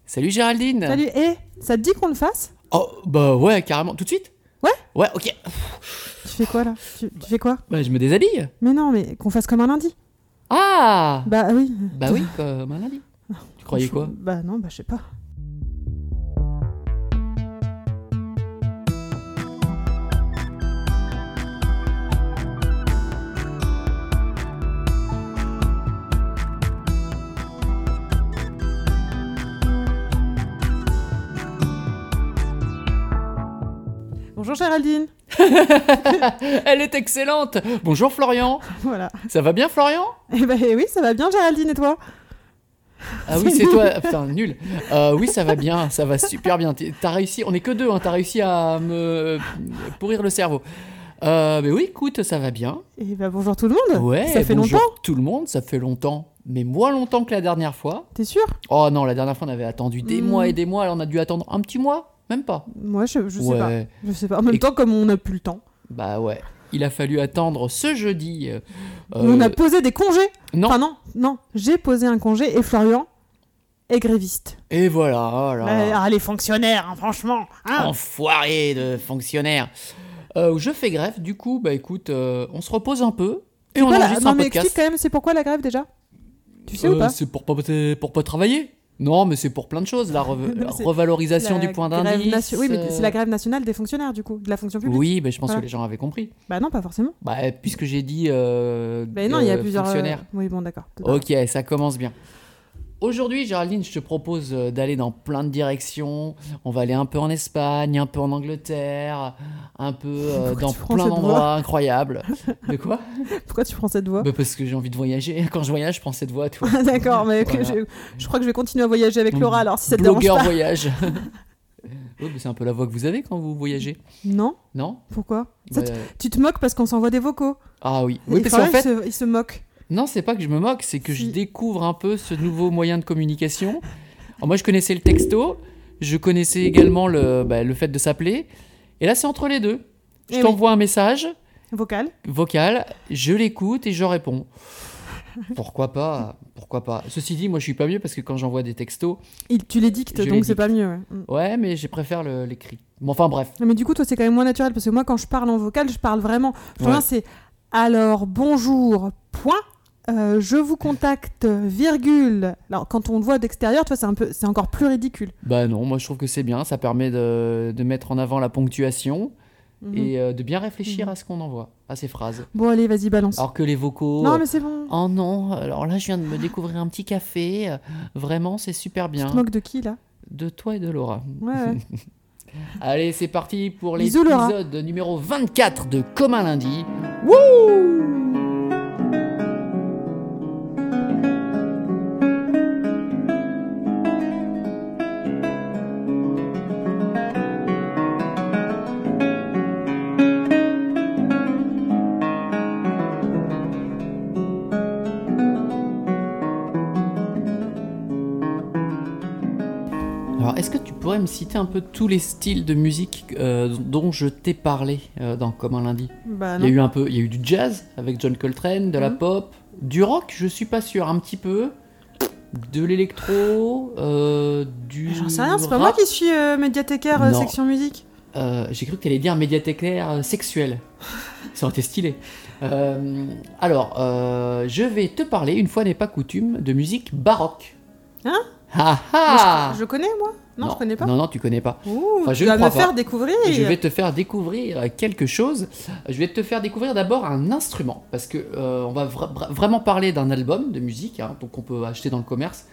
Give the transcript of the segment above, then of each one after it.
Salut Géraldine. Salut, ça te dit qu'on le fasse? Oh, bah ouais, carrément. Tout de suite? Ouais. Ouais, ok. Tu fais quoi là? Tu fais quoi? Bah, je me déshabille. Mais non, mais qu'on fasse comme un lundi. Ah. Bah oui. Bah oui, comme un lundi. Tu croyais quoi? Bah non, bah je sais pas. Bonjour Géraldine. Elle est excellente. Bonjour Florian. Voilà. Ça va bien Florian? Eh ben oui, ça va bien Géraldine, et toi? Ah oui, c'est toi. Putain, nul. Oui, ça va bien, ça va super bien. T'as réussi, on est que deux, hein, t'as réussi à me pourrir le cerveau. Mais oui, écoute, ça va bien. Et bah bonjour tout le monde. Ouais, ça fait bonjour longtemps. tout le monde, ça fait longtemps. Mais moins longtemps que la dernière fois. T'es sûr? Oh non, la dernière fois on avait attendu des mois et des mois, alors on a dû attendre un petit mois, même pas. Moi je sais Ouais. pas. Je sais pas. En même temps, comme on n'a plus le temps. Bah ouais, il a fallu attendre ce jeudi. On a posé des congés. Non. Enfin non, j'ai posé un congé et Florian est gréviste. Et voilà. Les fonctionnaires, hein, franchement. Hein. Enfoiré de fonctionnaire. Je fais grève, du coup, bah écoute, on se repose un peu et on enregistre Non un mais podcast. explique quand même, c'est pourquoi la grève déjà? Tu sais ou pas? C'est pour pas travailler. Non, mais c'est pour plein de choses, la C'est revalorisation La du point grève d'indice. Oui, mais c'est la grève nationale des fonctionnaires, du coup, de la fonction publique. Oui, mais je pense Voilà. que les gens avaient compris. Bah non, pas forcément. Bah, puisque j'ai dit Mais non, il y a plusieurs fonctionnaires. Oui, bon, d'accord. Ok, ça commence bien. Aujourd'hui, Géraldine, je te propose d'aller dans plein de directions. On va aller un peu en Espagne, un peu en Angleterre, un peu dans tu prends plein cette d'endroits incroyables. De quoi? Pourquoi tu prends cette voix? Bah parce que j'ai envie de voyager. Quand je voyage, je prends cette voix, tu vois. Ah, d'accord, mais Voilà. je crois que je vais continuer à voyager avec Laura, alors si ça te dérange Blogueur pas. voyage. Oui, mais c'est un peu la voix que vous avez quand vous voyagez, Non? non? Pourquoi? Bah, Tu te moques parce qu'on s'envoie des vocaux. Ah oui. Oui, Et parce qu'en Florian, fait, il se moque. non, c'est pas que je me moque, c'est que je Si. découvre un peu ce nouveau moyen de communication. Alors moi, je connaissais le texto, je connaissais également le fait de s'appeler, et là, c'est entre les deux. Je Eh t'envoie un message Vocal. vocal, je l'écoute et je réponds. Pourquoi pas? Ceci dit, moi, je suis pas mieux parce que quand j'envoie des textos, Tu les dictes, Je les donc c'est dicte. pas mieux. Ouais. ouais, mais je préfère l'écrit. Bon, enfin bref. Non, mais du coup, toi, c'est quand même moins naturel, parce que moi, quand je parle en vocal, je parle vraiment. Florian, Ouais. c'est alors bonjour, point. Je vous contacte, virgule. Alors, quand on le voit d'extérieur, tu vois, c'est encore plus ridicule. Bah non, moi je trouve que c'est bien, ça permet de mettre en avant la ponctuation Mhm. et de bien réfléchir à ce qu'on envoie, à ces phrases. Bon, allez, vas-y, balance. Alors que les vocaux... Non, mais c'est bon. Oh non, alors là je viens de me découvrir un petit café, vraiment c'est super Tu bien. te moques de qui, là? De toi et de Laura. Ouais, ouais. Allez, c'est parti pour Bisous, Laura. l'épisode numéro 24 de Comme un lundi. Alors, est-ce que tu pourrais me citer un peu tous les styles de musique dont je t'ai parlé dans Comme un lundi? Bah, Il y non. a eu du jazz avec John Coltrane, de la pop, du rock, je suis pas sûr, un petit peu, de l'électro, du J'en sais rien, c'est pas rap. moi qui suis médiathécaire Non. section musique. J'ai cru que t'allais dire médiathécaire sexuel. Ça aurait été stylé. Alors, je vais te parler, une fois n'est pas coutume, de musique baroque. Hein? Ah Mais ah je connais, moi? Non, je connais pas. Non, tu connais pas. Ouh, Enfin, je tu ne vas me crois pas. faire découvrir. Je vais te faire découvrir quelque chose. Je vais te faire découvrir d'abord un instrument, parce que on va vraiment parler d'un album de musique, hein, donc on peut acheter dans le commerce,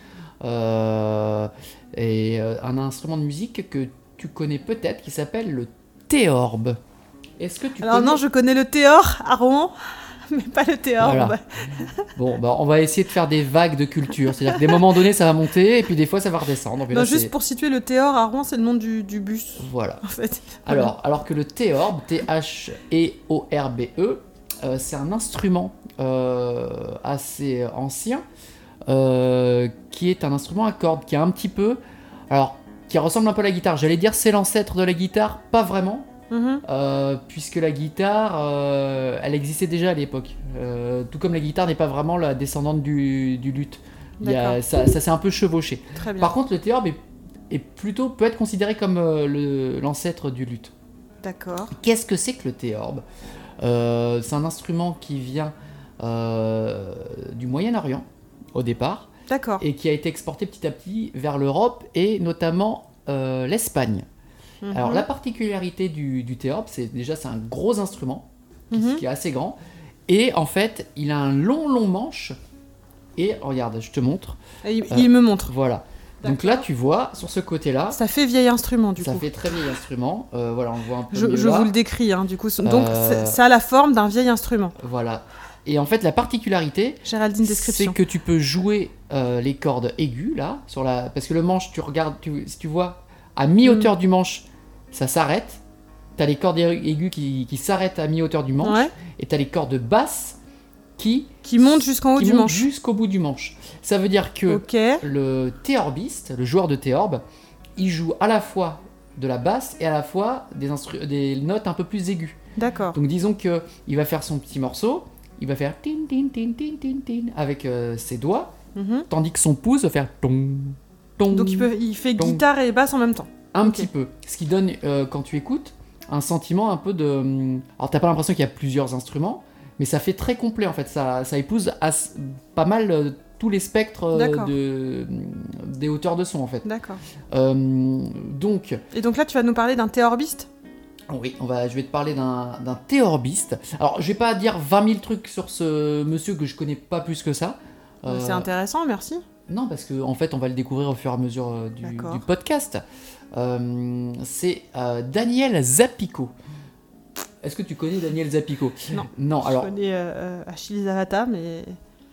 et un instrument de musique que tu connais peut-être, qui s'appelle le théorbe. Est-ce que tu Alors connais... non, je connais le théor à Rouen, mais pas le théor. Voilà. Bah, Bon, bah, on va essayer de faire des vagues de culture, c'est-à-dire que des moments donnés ça va monter, et puis des fois ça va redescendre. Et non, là, juste c'est- pour situer, le théor à Rouen, c'est le nom du bus, Voilà. en fait. Alors que le théorbe, T-H-E-O-R-B-E, c'est un instrument assez ancien, qui est un instrument à cordes, qui a un petit peu, alors, qui ressemble un peu à la guitare. J'allais dire c'est l'ancêtre de la guitare, pas vraiment, Mhm. puisque la guitare, elle existait déjà à l'époque. Tout comme la guitare n'est pas vraiment la descendante du luth. D'accord. Ça s'est un peu chevauché. Très bien. Par contre, le théorbe est peut être considéré comme l'ancêtre du luth. D'accord. Qu'est-ce que c'est que le théorbe ? C'est un instrument qui vient du Moyen-Orient au départ D'accord. et qui a été exporté petit à petit vers l'Europe et notamment l'Espagne. Mhm. Alors la particularité du théorbe, c'est un gros instrument qui est assez grand et en fait il a un long manche et regarde, je te montre. Il me montre. Voilà. Donc là tu vois sur ce côté-là. Ça fait vieil instrument du coup. Ça fait très vieil instrument. Voilà, on le voit un peu mieux Je là. vous le décris du coup. Donc ça a la forme d'un vieil instrument. Voilà. Et en fait la particularité, Géraldine description. c'est que tu peux jouer les cordes aiguës là parce que le manche si tu vois à mi-hauteur du manche, ça s'arrête. T'as les cordes aiguës qui s'arrêtent à mi-hauteur du manche, et t'as les cordes basses qui montent jusqu'en haut du manche. Jusqu'au bout du manche. Ça veut dire que le théorbiste, le joueur de théorbe, il joue à la fois de la basse et à la fois des notes un peu plus aiguës. D'accord. Donc disons que il va faire son petit morceau, il va faire tin tin tin tin tin tin avec ses doigts, tandis que son pouce va faire tong tong. Donc il fait guitare et basse en même temps. Un petit peu. Ce qui donne, quand tu écoutes, un sentiment un peu de... Alors, t'as pas l'impression qu'il y a plusieurs instruments, mais ça fait très complet, en fait. Ça épouse pas mal tous les spectres des hauteurs de son, en fait. D'accord. Et donc là, tu vas nous parler d'un théorbiste ? Oui, je vais te parler d'un théorbiste. Alors, je vais pas dire 20 000 trucs sur ce monsieur que je connais pas plus que ça. C'est intéressant, merci. Non, parce qu'en fait, on va le découvrir au fur et à mesure du podcast. C'est Daniel Zapico. Est-ce que tu connais Daniel Zapico ? Non. Alors... Je connais Achille Zavata, mais...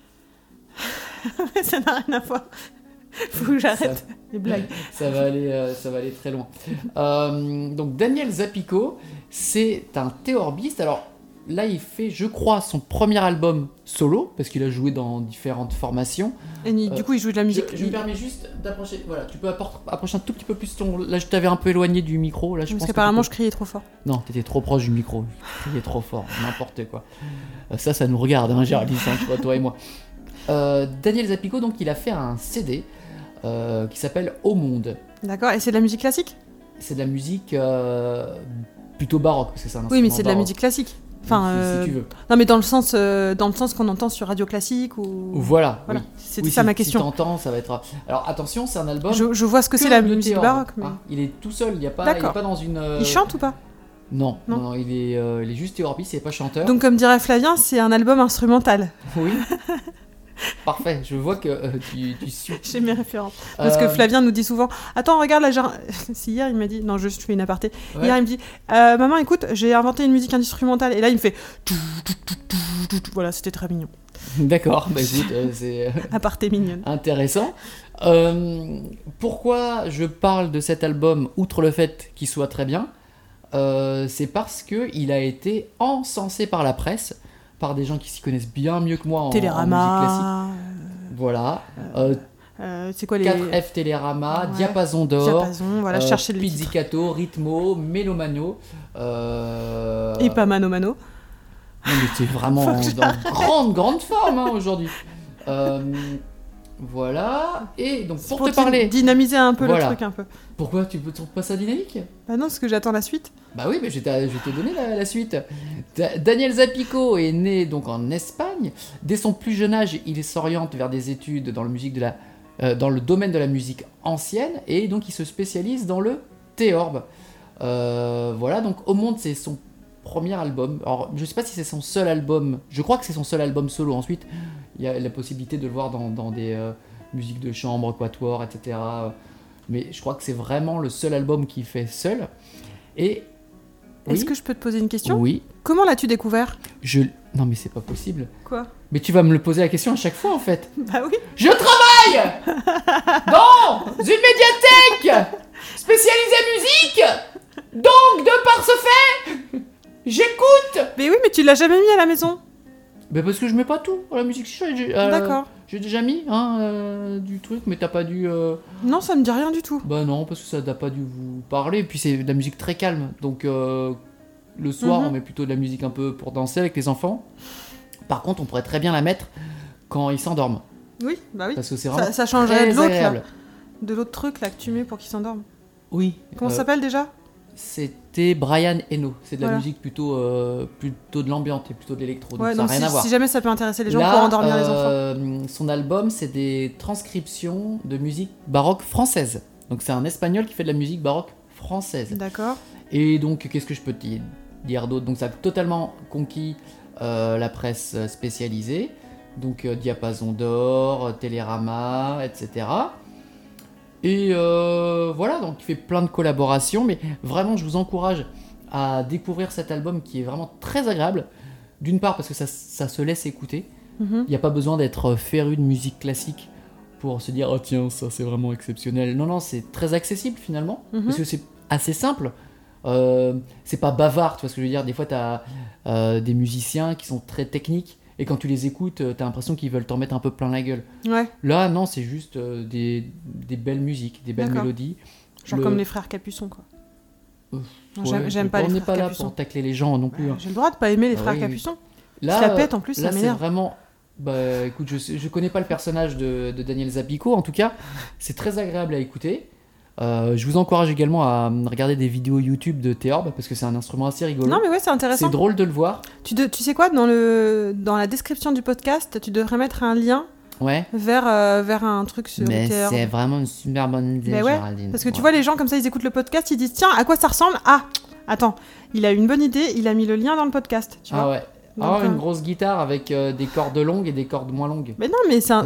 ça n'a rien à voir. Faut que j'arrête les blagues. Ça va aller très loin. Donc Daniel Zapico, c'est un théorbiste. Alors là, il fait, je crois, son premier album solo, parce qu'il a joué dans différentes formations. Et du coup, il joue de la musique. Je me permets juste d'approcher. Voilà, tu peux approcher un tout petit peu plus ton. Là, je t'avais un peu éloigné du micro. Là, parce qu'apparemment, je criais trop fort. Non, t'étais trop proche du micro. Je criais trop fort, n'importe quoi. Ça nous regarde, Géraldine, toi et moi. Daniel Zapico, donc, il a fait un CD qui s'appelle Au Monde. D'accord, et c'est de la musique classique ? C'est de la musique plutôt baroque, parce que c'est un instrument. Oui, mais c'est de la musique classique. Enfin, si tu veux. Non, mais dans le sens qu'on entend sur Radio Classique ou... Voilà. Oui. C'était ça ma question. Si t'entends, ça va être... Alors attention, c'est un album... Je vois ce que c'est la musique baroque. Mais... il est tout seul, il est pas dans une... Il chante ou pas ? Non, il est juste théorbiste, il est pas chanteur. Donc comme dirait Flavien, c'est un album instrumental. Oui. Parfait, je vois que tu suis. J'ai mes références. Parce que Flavien nous dit souvent attends, regarde là, si hier il m'a dit, non, je fais une aparté. Ouais. Hier il me dit maman, écoute, j'ai inventé une musique instrumentale. Et là il me fait voilà, c'était très mignon. D'accord, bah écoute, c'est. Aparté mignonne. Intéressant. Pourquoi je parle de cet album, outre le fait qu'il soit très bien, c'est parce qu'il a été encensé par la presse. Par des gens qui s'y connaissent bien mieux que moi en musique classique. Voilà. C'est quoi les... 4F Télérama, Diapason d'or, Diapason, voilà, cherchez le Pizzicato, Ritmo, Mélomano. Et pas Mano Mano. Non, mais t'es vraiment dans grande forme aujourd'hui. Voilà. Et donc pour te parler... Dynamiser un peu le truc un peu. Pourquoi tu trouves pas ça dynamique ? Bah non, parce que j'attends la suite. Bah oui, mais je vais te donner la suite. Daniel Zapico est né donc en Espagne. Dès son plus jeune âge, il s'oriente vers des études dans le domaine de la musique ancienne, et donc il se spécialise dans le théorbe. Voilà, donc Au Monde, c'est son premier album. Alors, je sais pas si c'est son seul album. Je crois que c'est son seul album solo. Ensuite, il y a la possibilité de le voir dans des musiques de chambre, quatuor, etc. Mais je crois que c'est vraiment le seul album qu'il fait seul. Et est-ce que je peux te poser une question ? Oui. Comment l'as-tu découvert ? Non, mais c'est pas possible. Quoi ? Mais tu vas me le poser la question à chaque fois, en fait. Bah oui. Je travaille dans une médiathèque spécialisée musique. Donc, de par ce fait, j'écoute. Mais oui, mais tu l'as jamais mis à la maison. Bah parce que je mets pas tout à la musique. D'accord. J'ai déjà mis du truc, mais t'as pas dû... Non, ça me dit rien du tout. Bah non, parce que ça n'a pas dû vous parler. Et puis c'est de la musique très calme. Donc le soir, on met plutôt de la musique un peu pour danser avec les enfants. Par contre, on pourrait très bien la mettre quand ils s'endorment. Oui, bah oui. Parce que c'est vraiment ça changerait de l'autre, agréable. là. De l'autre truc là que tu mets pour qu'il s'endorme. Oui. Comment ça s'appelle déjà ? C'était Brian Eno. C'est de la Voilà. musique plutôt de l'ambiante et plutôt de l'électro. Donc Ouais, ça n'a rien à voir. si jamais ça peut intéresser les gens Là, pour endormir les enfants. Son album, c'est des transcriptions de musique baroque française. Donc c'est un Espagnol qui fait de la musique baroque française. D'accord. Et donc, qu'est-ce que je peux te dire d'autre ? Donc ça a totalement conquis la presse spécialisée. Donc Diapason d'Or, Télérama, etc. Et voilà, donc il fait plein de collaborations, mais vraiment je vous encourage à découvrir cet album qui est vraiment très agréable. D'une part parce que ça se laisse écouter, il n'y a pas besoin d'être féru de musique classique pour se dire « Oh tiens, ça c'est vraiment exceptionnel ». Non, c'est très accessible finalement, parce que c'est assez simple. C'est pas bavard, tu vois ce que je veux dire. Des fois t'as des musiciens qui sont très techniques, et quand tu les écoutes, t'as l'impression qu'ils veulent t'en mettre un peu plein la gueule. Ouais. Là, non, c'est juste des belles musiques, des belles mélodies. Genre comme les frères Capuçon, quoi. J'aime pas les frères Capuçon. On n'est pas là pour tacler les gens non plus. J'ai le droit de pas aimer les frères Capuçon. Là, je la pète en plus, ça m'énerve. C'est vraiment... Bah écoute, je connais pas le personnage de Daniel Zapico, en tout cas, c'est très agréable à écouter. Je vous encourage également à regarder des vidéos YouTube de Théorbe parce que c'est un instrument assez rigolo. Non mais ouais, c'est intéressant. C'est drôle de le voir. Tu sais quoi, dans la description du podcast, tu devrais mettre un lien vers un truc sur mais Théorbe. C'est vraiment une super bonne idée, Géraldine. Parce que tu vois, les gens comme ça, ils écoutent le podcast, ils disent tiens, à quoi ça ressemble ? Ah, attends, il a eu une bonne idée, il a mis le lien dans le podcast. Tu vois. Ouais. Donc, une grosse guitare avec des cordes longues et des cordes moins longues. Mais non, mais c'est un...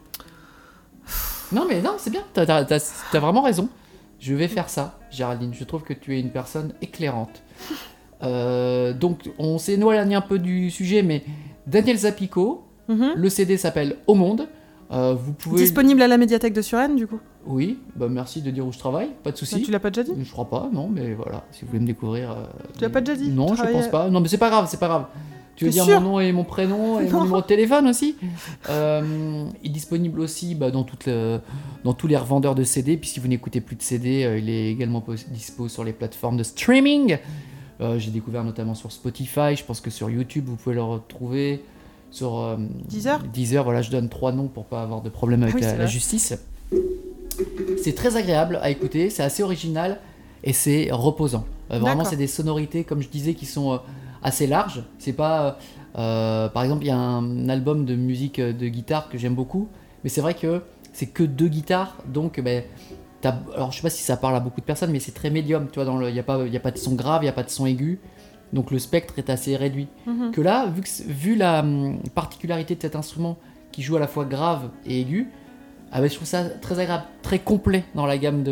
Non, c'est bien, t'as vraiment raison. Je vais faire ça, Géraldine. Je trouve que tu es une personne éclairante. Donc, on s'éloigne un peu du sujet, mais Daniel Zapico, le CD s'appelle Au Monde. Vous pouvez... Disponible à la médiathèque de Suresnes, du coup. Oui, merci de dire où je travaille, pas de souci. Bah, tu l'as pas déjà dit ? Je crois pas, non, mais voilà, si vous voulez me découvrir... Tu l'as pas déjà dit ? Non, je pense pas. Non, mais c'est pas grave. Tu veux dire sûr ? mon nom et mon prénom et mon numéro de téléphone aussi. Il est disponible aussi dans tous les revendeurs de CD. Puis si vous n'écoutez plus de CD, il est également dispo sur les plateformes de streaming. J'ai découvert notamment sur Spotify. Je pense que sur YouTube, vous pouvez le retrouver. Sur Deezer, voilà, je donne 3 noms pour pas avoir de problème avec la justice. C'est très agréable à écouter, c'est assez original et c'est reposant. Vraiment, c'est des sonorités, comme je disais, qui sont... assez large. C'est pas par exemple, il y a un album de musique de guitare que j'aime beaucoup, mais c'est vrai que c'est que 2 guitares, donc alors je sais pas si ça parle à beaucoup de personnes, mais c'est très médium, tu vois, il y a pas de son grave, il y a pas de son aigu, donc le spectre est assez réduit. Que là, vu la particularité de cet instrument qui joue à la fois grave et aigu, je trouve ça très agréable, très complet dans la gamme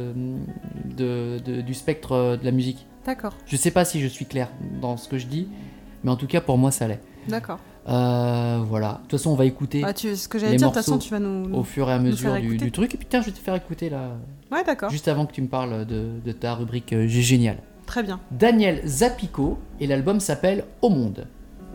du spectre de la musique. D'accord. Je sais pas si je suis clair dans ce que je dis, mais en tout cas pour moi ça l'est. D'accord. Voilà. De toute façon, on va écouter ce que j'allais dire, de toute façon, tu vas nous au fur et à mesure du truc. Et puis tiens, je vais te faire écouter là. Ouais, d'accord. Juste avant que tu me parles de ta rubrique J'ai génial. Très bien. Daniel Zapico et l'album s'appelle Au Monde.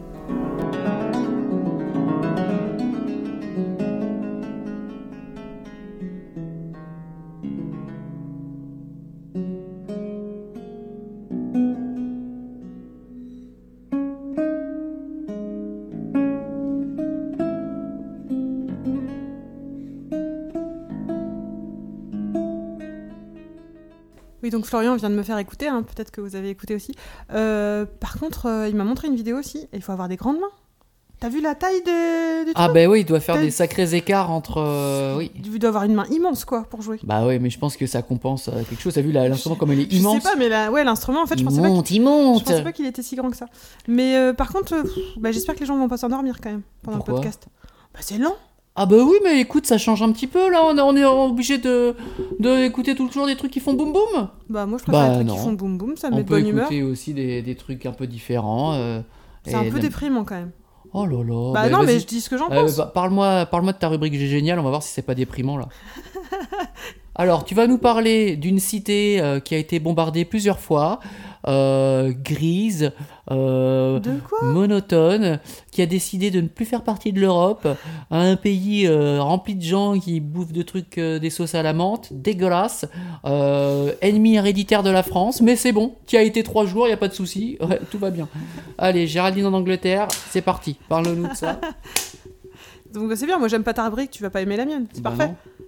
Oui, donc Florian vient de me faire écouter, hein, peut-être que vous avez écouté aussi. Par contre, il m'a montré une vidéo aussi, et il faut avoir des grandes mains. T'as vu la taille du truc ? Oui, il doit faire des sacrés écarts entre... oui. Il doit avoir une main immense, quoi, pour jouer. Oui, mais je pense que ça compense quelque chose. T'as vu l'instrument comme il est immense ? Je sais pas, mais l'instrument, en fait, je pensais pas qu'il était si grand que ça. Mais par contre, j'espère que les gens vont pas s'endormir quand même pendant le podcast. C'est lent. Oui, mais écoute, ça change un petit peu, là, on est obligé de écouter toujours des trucs qui font boum boum. Moi, je préfère les trucs qui font boum boum, ça me met de bonne humeur. On peut écouter aussi des trucs un peu différents. C'est un peu déprimant, quand même. Oh là là. Non, mais je dis ce que j'en pense. Parle-moi de ta rubrique J'ai génial, on va voir si c'est pas déprimant, là. Alors, tu vas nous parler d'une cité qui a été bombardée plusieurs fois, grise, monotone, qui a décidé de ne plus faire partie de l'Europe, un pays rempli de gens qui bouffent de trucs, des sauces à la menthe, dégueulasse, ennemi héréditaire de la France, mais c'est bon, qui a été 3 jours, il n'y a pas de souci, tout va bien. Allez, Géraldine en Angleterre, c'est parti, parle-nous de ça. Donc c'est bien, moi j'aime pas ta rubrique, tu vas pas aimer la mienne, c'est parfait.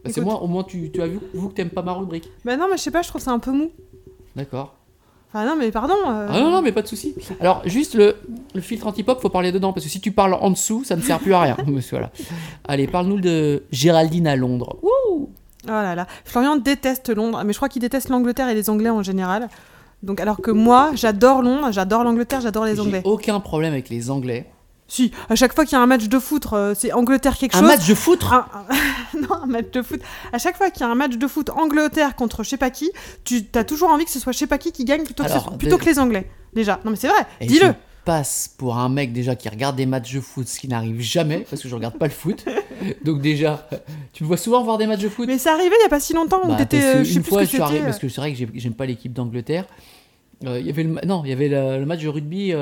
Bah, c'est moi, au moins tu as vu que t'aimes pas ma rubrique. Bah non, mais je sais pas, je trouve ça un peu mou. D'accord. Ah non, mais pardon. Ah non, mais pas de souci. Alors, juste le filtre anti-pop, faut parler dedans, parce que si tu parles en dessous, ça ne sert plus à rien. Voilà. Allez, parle-nous de Géraldine à Londres. Wouh! Oh là là. Florian déteste Londres, mais je crois qu'il déteste l'Angleterre et les Anglais en général. Donc, alors que moi, j'adore Londres, j'adore l'Angleterre, j'adore les Anglais. J'ai aucun problème avec les Anglais. Si, à chaque fois qu'il y a un match de foot, c'est Angleterre quelque chose. Un match de foot Non, un match de foot. À chaque fois qu'il y a un match de foot Angleterre contre je sais pas qui, tu as toujours envie que ce soit je sais pas qui gagne plutôt que les Anglais. Déjà. Non mais c'est vrai, dis-le. Je passe pour un mec déjà qui regarde des matchs de foot, ce qui n'arrive jamais, parce que je regarde pas le foot. Donc déjà, tu me vois souvent voir des matchs de foot. Mais c'est arrivé il y a pas si longtemps où t'étais... Une fois, je suis arrivé, parce que c'est vrai que j'aime pas l'équipe d'Angleterre. Il y avait le match de rugby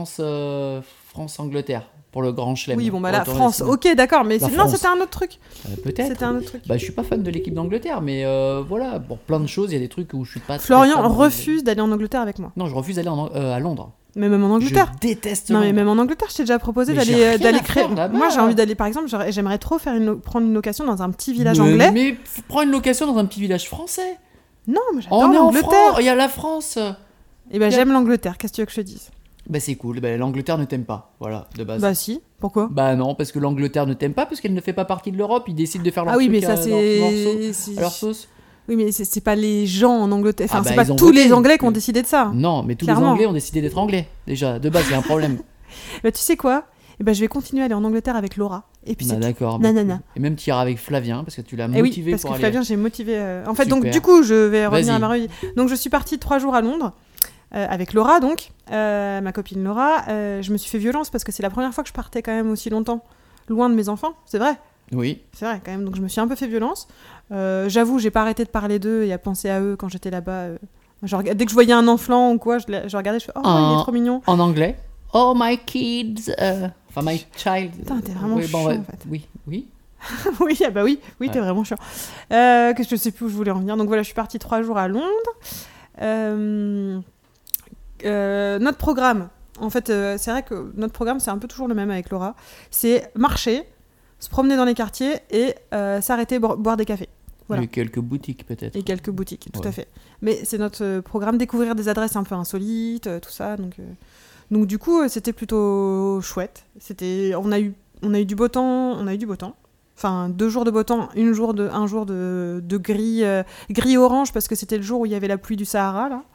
France-Angleterre. Pour le Grand Chelem. Oui, bon, bah la France, ok, d'accord, mais non, c'était un autre truc. Peut-être. C'était un autre truc. Bah, je suis pas fan de l'équipe d'Angleterre, mais voilà, pour plein de choses, il y a des trucs où je suis pas. Florian refuse d'aller en Angleterre avec moi. Non, je refuse d'aller à Londres. Mais même en Angleterre. Je déteste Londres. Non, mais même en Angleterre, je t'ai déjà proposé d'aller créer. Moi, j'ai envie d'aller, par exemple, j'aimerais trop prendre une location dans un petit village anglais. Mais prends une location dans un petit village français. Non, mais j'adore l'Angleterre. Il y a la France. Et ben, j'aime l'Angleterre. Qu'est-ce que tu veux que je te dise ? Bah c'est cool, bah, l'Angleterre ne t'aime pas, voilà, de base. Bah si, pourquoi ? Bah non, parce que l'Angleterre ne t'aime pas, parce qu'elle ne fait pas partie de l'Europe, ils décident de faire leur truc mais ça, à leur sauce. Oui, mais c'est pas les gens en Angleterre, enfin c'est pas tous les Anglais qui ont décidé de ça. Non, mais tous les Anglais ont décidé d'être Anglais, déjà, de base, il y a un problème. Bah tu sais quoi ? Je vais continuer à aller en Angleterre avec Laura. Et puis d'accord. Et même tu iras avec Flavien, parce que tu l'as motivé parce pour que aller... Flavien, j'ai motivé... En fait, donc du coup, je vais revenir à ma revue. Donc je suis partie 3 jours à Londres. Avec Laura donc, ma copine Laura, je me suis fait violence parce que c'est la première fois que je partais quand même aussi longtemps loin de mes enfants, c'est vrai. Oui. C'est vrai quand même, donc je me suis un peu fait violence. J'avoue, j'ai pas arrêté de parler d'eux et à penser à eux quand j'étais là-bas. Dès que je voyais un enfant ou quoi, je regardais, je fais il est trop mignon. En anglais. Oh my kids, enfin my child. Putain, t'es vraiment chiant en fait. Oui. oui, t'es vraiment chiant. Que je sais plus où je voulais en venir. Donc voilà, je suis partie 3 jours à Londres. Notre programme, en fait, c'est vrai que notre programme, c'est un peu toujours le même avec Laura. C'est marcher, se promener dans les quartiers et s'arrêter boire des cafés. Voilà. Et quelques boutiques peut-être. Et quelques boutiques, tout à fait. Mais c'est notre programme, découvrir des adresses un peu insolites, tout ça. Donc du coup, c'était plutôt chouette. On a eu du beau temps. Enfin, 2 jours de beau temps, un jour de gris-orange parce que c'était le jour où il y avait la pluie du Sahara là.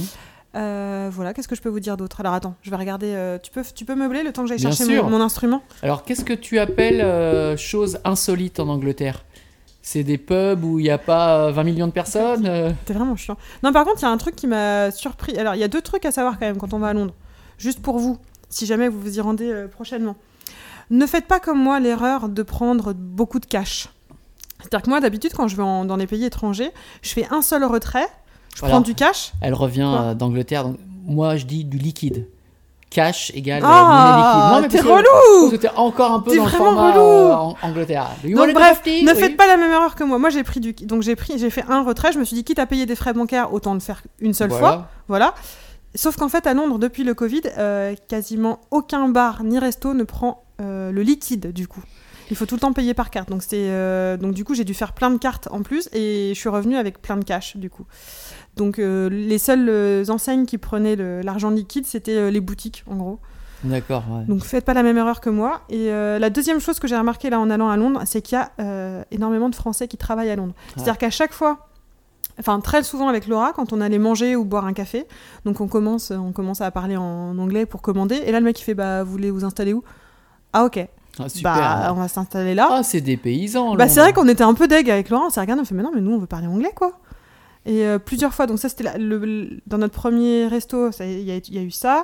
Voilà, qu'est-ce que je peux vous dire d'autre ? Alors attends, je vais regarder. Tu peux meubler le temps que j'aille chercher mon instrument ? Alors qu'est-ce que tu appelles chose insolite en Angleterre ? C'est des pubs où il n'y a pas 20 millions de personnes T'es vraiment chiant. Non, par contre, il y a un truc qui m'a surpris. Alors, il y a 2 trucs à savoir quand même quand on va à Londres. Juste pour vous, si jamais vous vous y rendez prochainement. Ne faites pas comme moi l'erreur de prendre beaucoup de cash. C'est-à-dire que moi, d'habitude, quand je vais dans des pays étrangers, je fais un seul retrait, prends du cash. Elle revient d'Angleterre, donc moi, je dis du liquide. Cash égale monnaie liquide. Non, mais t'es relou. C'était encore un peu dans le format Angleterre. Donc bref, ne faites pas la même erreur que moi. Moi, j'ai fait un retrait. Je me suis dit, quitte à payer des frais bancaires, autant le faire une seule fois. Voilà. Sauf qu'en fait, à Londres, depuis le Covid, quasiment aucun bar ni resto ne prend le liquide, du coup. Il faut tout le temps payer par carte. Donc du coup, j'ai dû faire plein de cartes en plus et je suis revenue avec plein de cash, du coup. Donc les seules enseignes qui prenaient l'argent liquide, c'était les boutiques, en gros. D'accord, ouais. Donc faites pas la même erreur que moi. Et la deuxième chose que j'ai remarqué là en allant à Londres, c'est qu'il y a énormément de Français qui travaillent à Londres. C'est-à-dire qu'à chaque fois, enfin très souvent avec Laura, quand on allait manger ou boire un café, donc on commence à parler en anglais pour commander. Et là le mec il fait vous voulez vous installer où ? Ah ok. Ah, super. On va s'installer là. Ah, c'est des paysans. C'est vrai qu'on était un peu dég avec Laura, on s'est regardé, on fait mais non, mais nous on veut parler anglais quoi. Et plusieurs fois, donc ça c'était dans notre premier resto, il y a eu ça.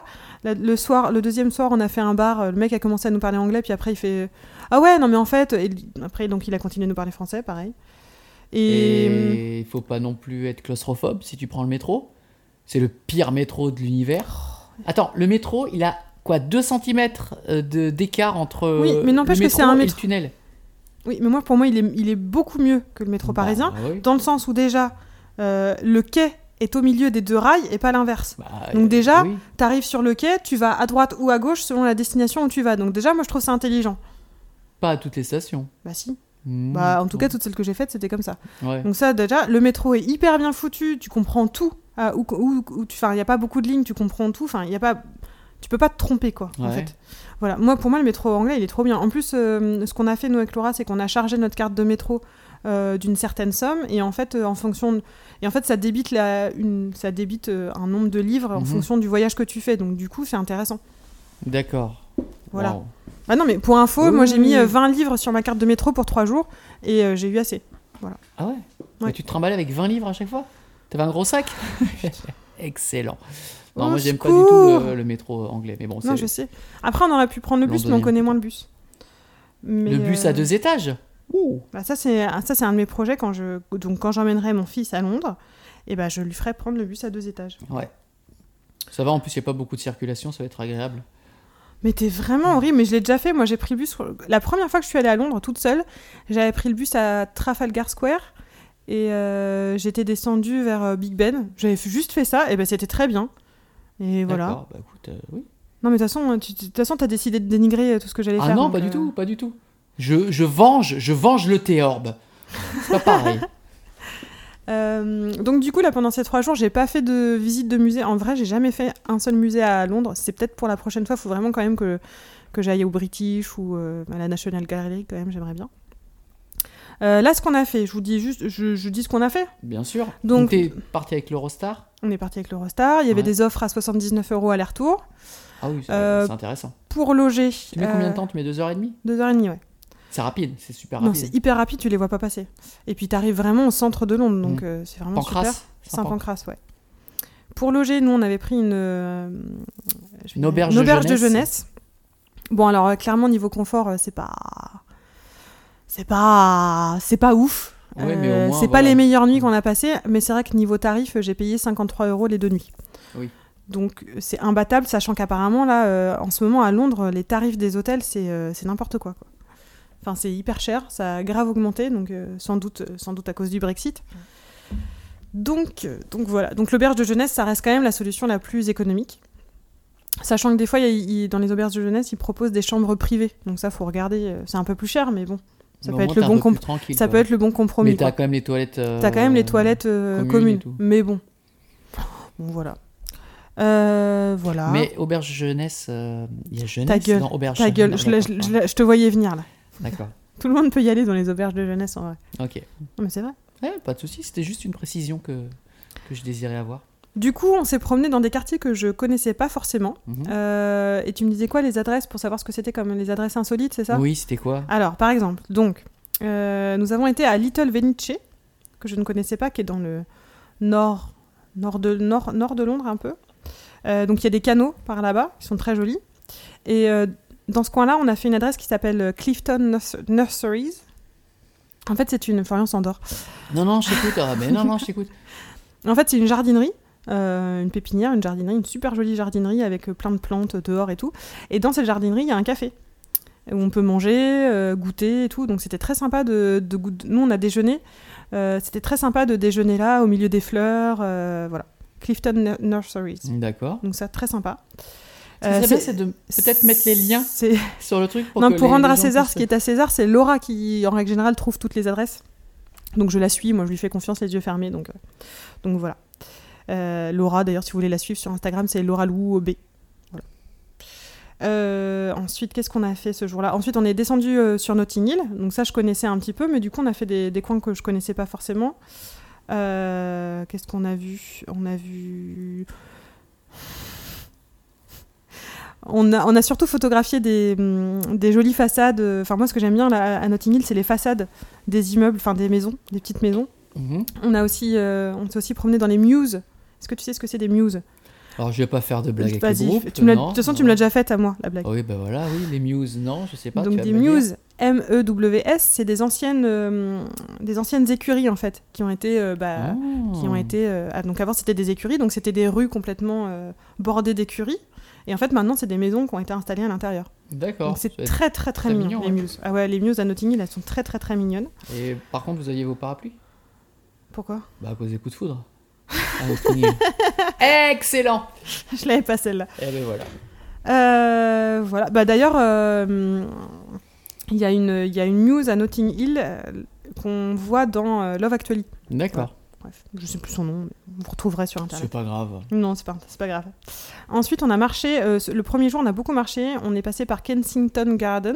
Le deuxième soir, on a fait un bar, le mec a commencé à nous parler anglais, puis après il fait ah ouais, non mais en fait, et après donc il a continué à nous parler français, pareil. Et il faut pas non plus être claustrophobe si tu prends le métro. C'est le pire métro de l'univers. Attends, le métro, il a quoi, 2 cm d'écart entre le métro et le tunnel. Oui, mais pour moi, il est beaucoup mieux que le métro parisien, dans le sens où déjà, le quai est au milieu des 2 rails et pas l'inverse. Donc déjà, t'arrives sur le quai, tu vas à droite ou à gauche selon la destination où tu vas. Donc déjà, moi, je trouve ça intelligent. Pas à toutes les stations. Bah si. Bah, en tout cas, toutes celles que j'ai faites, c'était comme ça. Ouais. Donc ça, déjà, le métro est hyper bien foutu, tu comprends tout. Il n'y a pas beaucoup de lignes, tu comprends tout. Enfin, tu peux pas te tromper, quoi, en fait. Voilà. Pour moi, le métro anglais, il est trop bien. En plus, ce qu'on a fait, nous, avec Laura, c'est qu'on a chargé notre carte de métro d'une certaine somme, et en fait, ça débite un nombre de livres en fonction du voyage que tu fais. Donc, du coup, c'est intéressant. D'accord. Voilà. Wow. Ah non, mais pour info, moi, j'ai mis 20 livres sur ma carte de métro pour 3 jours, et j'ai eu assez. Voilà. Ah ouais. Mais tu te trimballais avec 20 livres à chaque fois? T'avais un gros sac? Excellent. Non, moi j'aime pas du tout le métro anglais, mais bon. Non, je sais. Après, on aurait pu prendre le bus, mais on connaît moins le bus. Le bus à 2 étages. Bah, ça c'est un de mes projets quand j'emmènerai mon fils à Londres, et bah, je lui ferai prendre le bus à 2 étages. Ouais. Ça va, en plus il n'y a pas beaucoup de circulation, ça va être agréable. Mais t'es vraiment horrible, mais je l'ai déjà fait. Moi j'ai pris le bus. La première fois que je suis allée à Londres toute seule, j'avais pris le bus à Trafalgar Square. Et j'étais descendue vers Big Ben. J'avais juste fait ça, et ben c'était très bien. Et voilà. D'accord, bah écoute, oui. Non, mais de toute façon, t'as décidé de dénigrer tout ce que j'allais faire. Ah non, pas du tout, pas du tout. Je venge le Théorbe. C'est pas pareil. Donc du coup, là, pendant ces 3 jours, j'ai pas fait de visite de musée. En vrai, j'ai jamais fait un seul musée à Londres. C'est peut-être pour la prochaine fois. Faut vraiment quand même que j'aille au British ou à la National Gallery, quand même, j'aimerais bien. Là, ce qu'on a fait, je vous dis juste, je dis ce qu'on a fait. Bien sûr. Donc t'es parti avec l'Eurostar? On est parti avec l'Eurostar. Il y avait des offres à 79 € aller-retour. Ah oui, c'est intéressant. Pour loger. Tu mets combien de temps? Tu mets 2h30? 2h30, ouais. C'est rapide, c'est super rapide. Non, c'est hyper rapide, tu les vois pas passer. Et puis t'arrives vraiment au centre de Londres, donc c'est vraiment Pancras, super. Saint-Pancras, ouais. Pour loger, nous, on avait pris une auberge de jeunesse. Bon, alors clairement, niveau confort, c'est pas ouf. Ouais, mais au moins, c'est pas les meilleures nuits qu'on a passées, mais c'est vrai que niveau tarif, j'ai payé 53 € les 2 nuits. Oui. Donc c'est imbattable, sachant qu'apparemment là, en ce moment à Londres, les tarifs des hôtels, c'est n'importe quoi. Enfin, c'est hyper cher, ça a grave augmenté, donc sans doute à cause du Brexit. Donc voilà. Donc l'auberge de jeunesse, ça reste quand même la solution la plus économique. Sachant que des fois, dans les auberges de jeunesse, ils proposent des chambres privées. Donc ça, faut regarder. C'est un peu plus cher, mais bon. Ça peut être le bon compromis. Mais t'as quand même les toilettes. T'as quand même les toilettes communes. Mais bon. Bon, voilà. Voilà. Mais auberge jeunesse, il y a jeunesse. Ta gueule. Non, auberge. Ta gueule. Je te voyais venir là. D'accord. Tout le monde peut y aller dans les auberges de jeunesse en vrai. Ok. Non, mais c'est vrai. Ouais, pas de souci. C'était juste une précision que je désirais avoir. Du coup, on s'est promené dans des quartiers que je connaissais pas forcément. Et tu me disais quoi, les adresses, pour savoir ce que c'était comme les adresses insolites, c'est ça? Oui, c'était quoi? Alors, par exemple, donc, nous avons été à Little Venice, que je ne connaissais pas, qui est dans le nord de Londres un peu. Donc, il y a des canaux par là-bas, qui sont très jolis. Et dans ce coin-là, on a fait une adresse qui s'appelle Clifton Nurseries. En fait, c'est une... Florian s'endort. Non, je t'écoute. Non, je t'écoute. En fait, c'est une jardinerie. Une pépinière, une jardinerie, une super jolie jardinerie avec plein de plantes dehors et tout. Et dans cette jardinerie, il y a un café où on peut manger, goûter et tout. Donc c'était très sympa de goûter. Nous, on a déjeuné. C'était très sympa de déjeuner là, au milieu des fleurs. Voilà. Clifton Nurseries. D'accord. Donc ça, très sympa. Ce qui serait bien, c'est de peut-être mettre les liens sur le truc. Pour rendre à César ce qui est à César, c'est Laura qui, en règle générale, trouve toutes les adresses. Donc je la suis, moi je lui fais confiance les yeux fermés. Donc voilà. Laura, d'ailleurs, si vous voulez la suivre sur Instagram, c'est Laura Lou B. Voilà. Ensuite, qu'est-ce qu'on a fait ce jour-là? Ensuite, on est descendu sur Notting Hill. Donc ça, je connaissais un petit peu, mais du coup, on a fait des coins que je connaissais pas forcément. Qu'est-ce qu'on a vu? On a surtout photographié des jolies façades. Enfin, moi, ce que j'aime bien là, à Notting Hill, c'est les façades des immeubles, enfin des maisons, des petites maisons. On s'est aussi promené dans les mews. Est-ce que tu sais ce que c'est des mews? Alors, je vais pas faire de blague avec le groupe. De toute façon, tu me l'as déjà faite à moi, la blague. Oui, voilà, les mews, non, je sais pas. Donc des mews, M-E-W-S, c'est des anciennes écuries en fait, qui ont été, donc avant c'était des écuries, donc c'était des rues complètement bordées d'écuries. Et en fait, maintenant, c'est des maisons qui ont été installées à l'intérieur. D'accord. Donc c'est très, très, très mignon, les mews. Ah ouais, les mews à Notting Hill, elles sont très, très, très mignonnes. Et par contre, vous aviez vos parapluies? Pourquoi? À cause des coups de foudre. À Notting Hill. Excellent. Je l'avais pas celle-là. Et ben voilà. Voilà. Bah d'ailleurs, il y a une muse à Notting Hill qu'on voit dans Love Actually. D'accord. Ouais. Bref, je sais plus son nom, mais vous retrouverez sur internet. C'est pas grave. Non, c'est pas grave. Ensuite, on a marché. Le premier jour, on a beaucoup marché. On est passé par Kensington Gardens.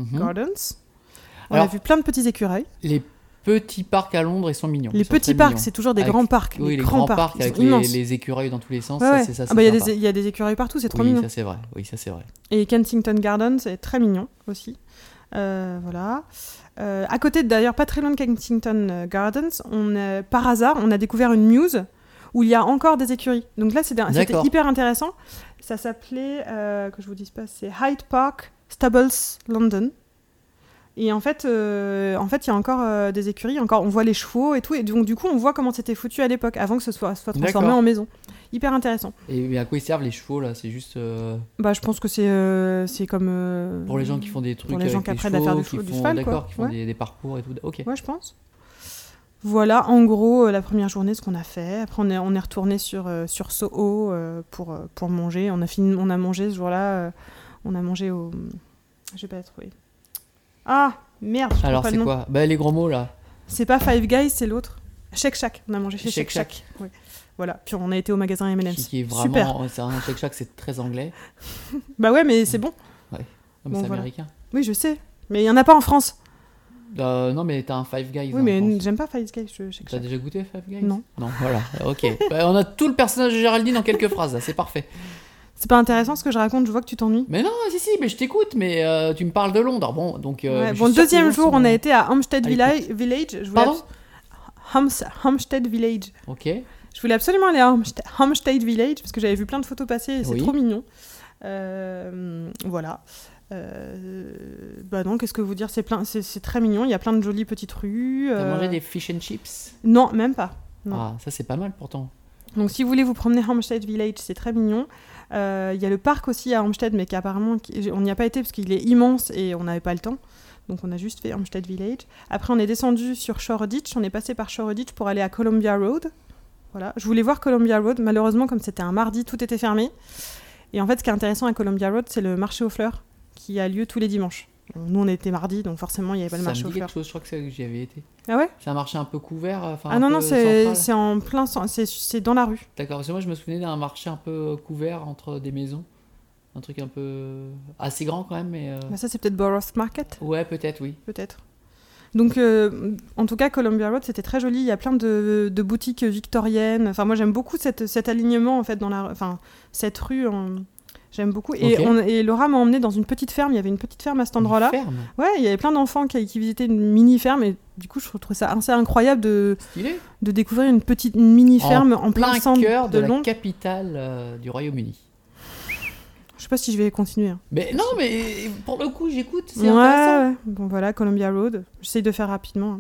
On a vu plein de petits écureuils. Les petits parcs à Londres, ils sont mignons. Les petits parcs, c'est toujours des grands parcs. Oui, les grands parcs avec les écureuils dans tous les sens. Ouais. Ça, c'est il y a des écureuils partout, c'est trop mignon. Ça c'est vrai. Oui, ça c'est vrai. Et Kensington Gardens, c'est très mignon aussi. Voilà. À côté, d'ailleurs, pas très loin de Kensington Gardens, par hasard, on a découvert une muse où il y a encore des écuries. Donc là, c'était hyper intéressant. Ça s'appelait, que je vous dise pas, c'est Hyde Park Stables London. Et en fait, il y a encore des écuries, on voit les chevaux et tout, et donc du coup, on voit comment c'était foutu à l'époque, avant que ce soit transformé en maison. Hyper intéressant. Et à quoi ils servent les chevaux là ? C'est juste. Je pense que c'est comme. Pour les gens qui font des trucs. Pour les gens qui apprennent à faire du cheval, quoi. Qui font des parcours et tout. Ok. Ouais, je pense. Voilà, en gros, la première journée, ce qu'on a fait. Après, on est retourné sur Soho pour manger. On a mangé ce jour-là. On a mangé au. Je vais pas trouver. Ah, merde, je alors, pas c'est le nom. quoi ? Les gros mots, là. C'est pas Five Guys, c'est l'autre. Shake Shack. On a mangé chez Shake Shake Shack. Oui. Voilà. Puis on a été au magasin M&M's. Qui est vraiment... Super. C'est un Shake Shack, c'est très anglais. Bah ouais, mais c'est bon. Ouais. Non, mais c'est américain. Oui, je sais. Mais il y en a pas en France. Non, mais t'as un Five Guys. Oui, mais j'aime pas Five Guys. T'as déjà goûté Five Guys ? Non. Non, voilà. Ok. On a tout le personnage de Géraldine en quelques phrases, là. C'est parfait. C'est pas intéressant ce que je raconte, je vois que tu t'ennuies. Mais non, si, mais je t'écoute, mais tu me parles de Londres. Bon, donc. Le deuxième jour, on a été à Hampstead Village. Pardon ? Hampstead Village. Ok. Je voulais absolument aller à Hampstead Village parce que j'avais vu plein de photos passer et c'est trop mignon. Voilà. Non, qu'est-ce que vous dire, c'est très mignon. Il y a plein de jolies petites rues. T'as mangé des fish and chips ? Non, même pas. Non. Ah, ça c'est pas mal pourtant. Donc si vous voulez vous promener à Hampstead Village, c'est très mignon. Il y a le parc aussi à Hampstead, mais qu'apparemment on n'y a pas été parce qu'il est immense et on n'avait pas le temps. Donc on a juste fait Hampstead Village. Après on est descendu sur Shoreditch, on est passé par Shoreditch pour aller à Columbia Road. Voilà. Je voulais voir Columbia Road, malheureusement comme c'était un mardi, tout était fermé. Et en fait ce qui est intéressant à Columbia Road, c'est le marché aux fleurs qui a lieu tous les dimanches. Nous on était mardi, donc forcément il n'y avait pas le marché aux fleurs. Je crois que j'y avais été. Ah ouais ? C'est un marché un peu couvert. Non, c'est en plein, c'est dans la rue. D'accord, parce que moi je me souvenais d'un marché un peu couvert entre des maisons. Un truc un peu assez grand quand même, mais. Ça c'est peut-être Borough Market. Ouais, peut-être, oui. Peut-être. Donc, en tout cas, Columbia Road, c'était très joli. Il y a plein de boutiques victoriennes. Enfin, moi, j'aime beaucoup cet alignement, en fait, cette rue. J'aime beaucoup. Et Laura m'a emmenée dans une petite ferme. Il y avait une petite ferme à cet endroit-là. Une ferme ? Ouais, il y avait plein d'enfants qui visitaient une mini-ferme. Et du coup, je trouvais ça assez incroyable de découvrir une mini-ferme en plein centre cœur de Londres. La capitale du Royaume-Uni. Je sais pas si je vais continuer. Mais non, mais pour le coup, j'écoute, c'est intéressant. Ouais. Bon, voilà, Columbia Road. J'essaye de faire rapidement.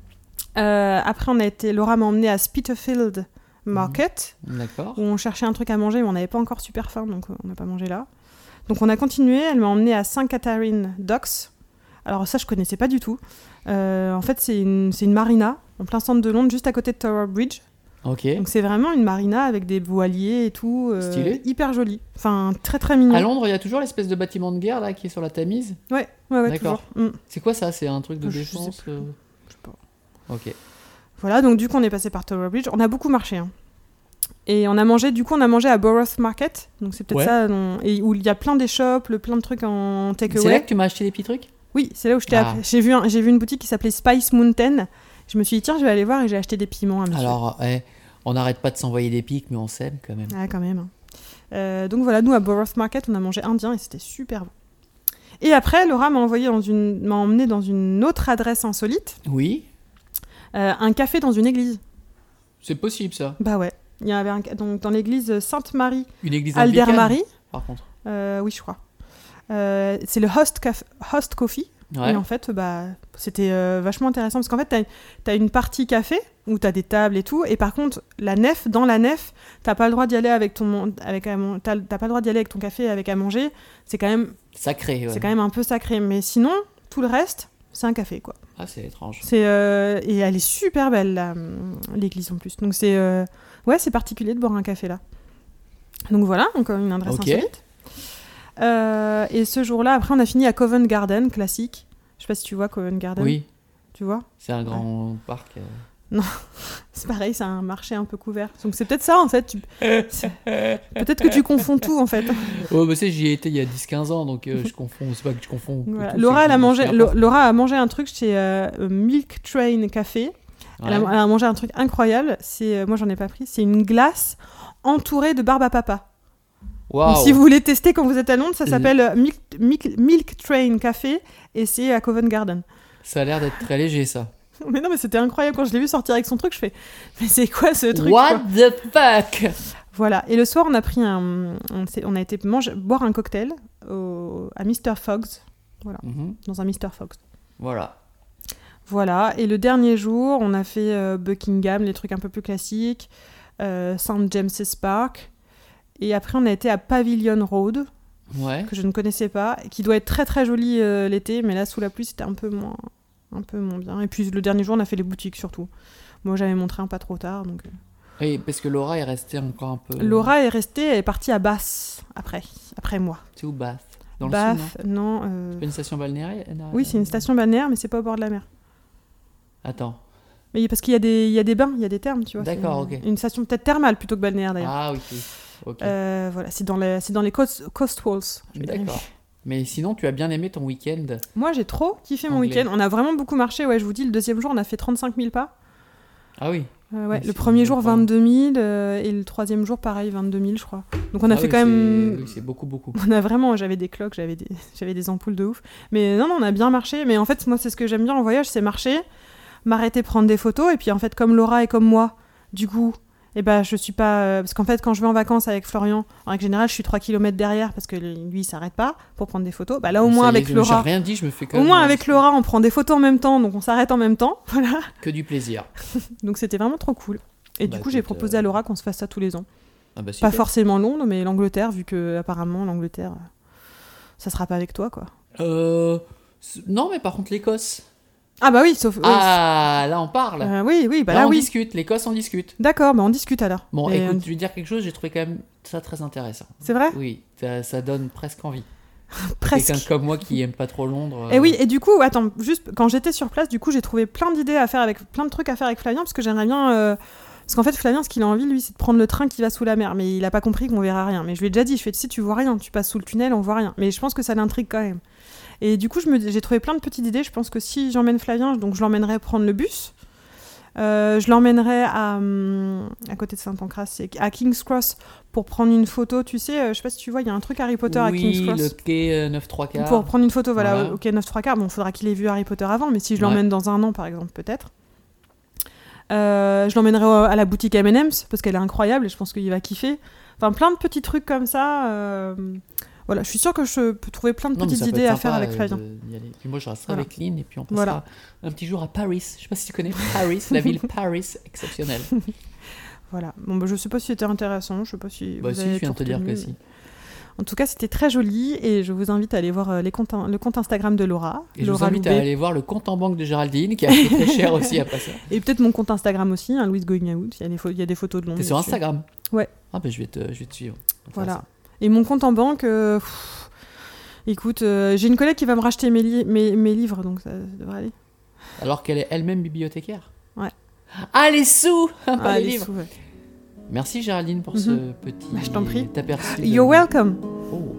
Après, Laura m'a emmenée à Spitalfields Market, D'accord. où on cherchait un truc à manger, mais on n'avait pas encore super faim, donc on n'a pas mangé là. Donc on a continué, elle m'a emmenée à St. Catherine Docks. Alors ça, je connaissais pas du tout. En fait, c'est une marina en plein centre de Londres, juste à côté de Tower Bridge. Ok. Donc c'est vraiment une marina avec des voiliers et tout. Stylé. Hyper joli. Enfin, très très mignon. À Londres, il y a toujours l'espèce de bâtiment de guerre là qui est sur la Tamise. Ouais, d'accord. Toujours. C'est quoi ça ? C'est un truc de Je défense sais pas. Ok. Voilà, donc du coup on est passé par Tower Bridge. On a beaucoup marché. Hein. Et on a mangé à Borough Market. Donc c'est peut-être ça. Et où il y a plein d'échoppes, plein de trucs en takeaway. C'est là que tu m'as acheté des petits trucs ? Oui, c'est là où je t'ai appelé. J'ai vu une boutique qui s'appelait Spice Mountain. Je me suis dit tiens, je vais aller voir et j'ai acheté des piments à monsieur. Alors, on n'arrête pas de s'envoyer des pics, mais on s'aime quand même. Ah, quand même. Donc voilà, nous à Borough Market, on a mangé indien et c'était super bon. Et après, Laura m'a emmené dans une autre adresse insolite. Oui. Un café dans une église. C'est possible ça. Bah ouais. Il y avait donc dans l'église Sainte-Marie. Une église Aldermary. Par contre. Oui, je crois. C'est le Host Coffee. Ouais. Et en fait, c'était vachement intéressant parce qu'en fait, t'as une partie café où t'as des tables et tout, et par contre, dans la nef, t'as pas le droit d'y aller avec ton café avec à manger. C'est quand même sacré. Ouais. C'est quand même un peu sacré, mais sinon, tout le reste, c'est un café, quoi. Ah, c'est étrange. Et elle est super belle, l'église en plus. Donc c'est particulier de boire un café là. Donc voilà, encore une adresse insolite. Et ce jour-là, après, on a fini à Covent Garden, classique. Je sais pas si tu vois Covent Garden. Oui. Tu vois ? C'est un grand parc. Non, c'est pareil, c'est un marché un peu couvert. Donc c'est peut-être ça en fait. Peut-être que tu confonds tout en fait. Oh, bah, j'y ai été il y a 10-15 ans, donc je confonds. C'est pas que je confonds. Voilà. Tout, Laura a a mangé un truc chez Milk Train Café. Ouais. Elle a mangé un truc incroyable. Moi j'en ai pas pris. C'est une glace entourée de barbe à papa. Wow. Donc, si vous voulez tester quand vous êtes à Londres, ça s'appelle Milk Train Café et c'est à Covent Garden. Ça a l'air d'être très léger, ça. Mais non, mais c'était incroyable quand je l'ai vu sortir avec son truc. Je fais, mais c'est quoi ce truc ? What the fuck ? Voilà. Et le soir, on a pris on a été boire un cocktail à Mr. Fogg's. Voilà. Dans un Mr. Fogg's. Voilà. Et le dernier jour, on a fait Buckingham, les trucs un peu plus classiques, St. James's Park. Et après, on a été à Pavilion Road, que je ne connaissais pas, et qui doit être très très joli l'été, mais là, sous la pluie, c'était un peu moins bien. Et puis le dernier jour, on a fait les boutiques surtout. Moi, j'avais mon train pas trop tard, donc... Oui, parce que Laura est restée encore un peu... Laura est restée, elle est partie à Bath, après moi. C'est où, Bath ? Dans le Bath, sud, non. C'est pas une station balnéaire ? Oui, c'est une station balnéaire, mais c'est pas au bord de la mer. Attends. Mais parce qu'il y a des bains, il y a des thermes, tu vois. D'accord, ok. Une station peut-être thermale plutôt que balnéaire, d'ailleurs. Ah, oui. Ok. Voilà, c'est dans les coast walls. D'accord. Mais sinon, tu as bien aimé ton week-end ? Moi, j'ai trop kiffé mon week-end. On a vraiment beaucoup marché. Ouais, je vous dis, le deuxième jour, on a fait 35 000 pas. Ah oui. Ouais, le premier jour, 22 000. Et le troisième jour, pareil, 22 000, je crois. Donc, on a fait quand même... Oui, c'est beaucoup. On a vraiment... J'avais des cloques, j'avais des ampoules de ouf. Mais non, on a bien marché. Mais en fait, moi, c'est ce que j'aime bien en voyage, c'est marcher, m'arrêter, prendre des photos. Et puis, en fait, comme Laura et comme moi, du coup... Et je suis pas... parce qu'en fait, quand je vais en vacances avec Florian, en règle générale, je suis 3 km derrière parce que lui, il s'arrête pas pour prendre des photos. Là, au moins, avec Laura... J'ai rien dit, je me fais quand Au même... moins, avec Laura, on prend des photos en même temps, donc on s'arrête en même temps. Voilà. Que du plaisir. Donc, c'était vraiment trop cool. Et du coup, j'ai proposé à Laura qu'on se fasse ça tous les ans. Pas forcément Londres, mais l'Angleterre, vu que apparemment l'Angleterre, ça sera pas avec toi, quoi. Non, mais par contre, l'Écosse... Ah bah oui, sauf... Ah, là on parle. Oui, là on oui. discute, l'Écosse on discute. D'accord, on discute alors. Bon, écoute, je vais dire quelque chose, j'ai trouvé quand même ça très intéressant. C'est vrai ? Oui, ça donne presque envie. Presque. Quelqu'un comme moi qui aime pas trop Londres. Et oui, et du coup, attends, juste quand j'étais sur place, du coup j'ai trouvé plein d'idées à faire plein de trucs à faire avec Flavien, parce que j'aimerais bien... Parce qu'en fait, Flavien, ce qu'il a envie, lui, c'est de prendre le train qui va sous la mer. Mais il a pas compris qu'on verra rien. Mais je lui ai déjà dit, tu sais, tu vois rien, tu passes sous le tunnel, on voit rien. Mais je pense que ça l'intrigue quand même. Et du coup, j'ai trouvé plein de petites idées. Je pense que si j'emmène Flavien, donc je l'emmènerai prendre le bus. Je l'emmènerai à côté de Saint-Pancras, à King's Cross, pour prendre une photo. Tu sais, je sais pas si tu vois, il y a un truc Harry Potter à King's Cross. Oui, le quai 9-3-4. Pour prendre une photo, voilà. Au quai 9-3-4. Bon, il faudra qu'il ait vu Harry Potter avant, mais si je l'emmène dans un an, par exemple, peut-être. Je l'emmènerai à la boutique M&M's, parce qu'elle est incroyable et je pense qu'il va kiffer. Enfin, plein de petits trucs comme ça. Voilà, je suis sûre que je peux trouver plein de petites idées à faire avec Flavien. Puis moi, je resterai avec Lynn et puis on passera un petit jour à Paris. Je sais pas si tu connais Paris, la ville Paris exceptionnelle. Voilà. Bon, je sais pas si c'était intéressant. Je sais pas si. Si, je viens de te dire que si. En tout cas, c'était très joli et je vous invite à aller voir le compte Instagram de Laura. Et Laura je vous invite à aller voir le compte en banque de Géraldine qui a coûté très cher aussi après ça. Et peut-être mon compte Instagram aussi, Louise Going Out. Il y a des photos de Londres. T'es sur Instagram ? Ouais. Ah je vais te suivre. Voilà. Et mon compte en banque, écoute, j'ai une collègue qui va me racheter mes livres, donc ça devrait aller. Alors qu'elle est elle-même bibliothécaire ? Ouais. Ah, les sous, pas les livres. Sous, ouais. Merci Géraldine pour ce petit je t'en prie. aperçu. You're welcome. Oh.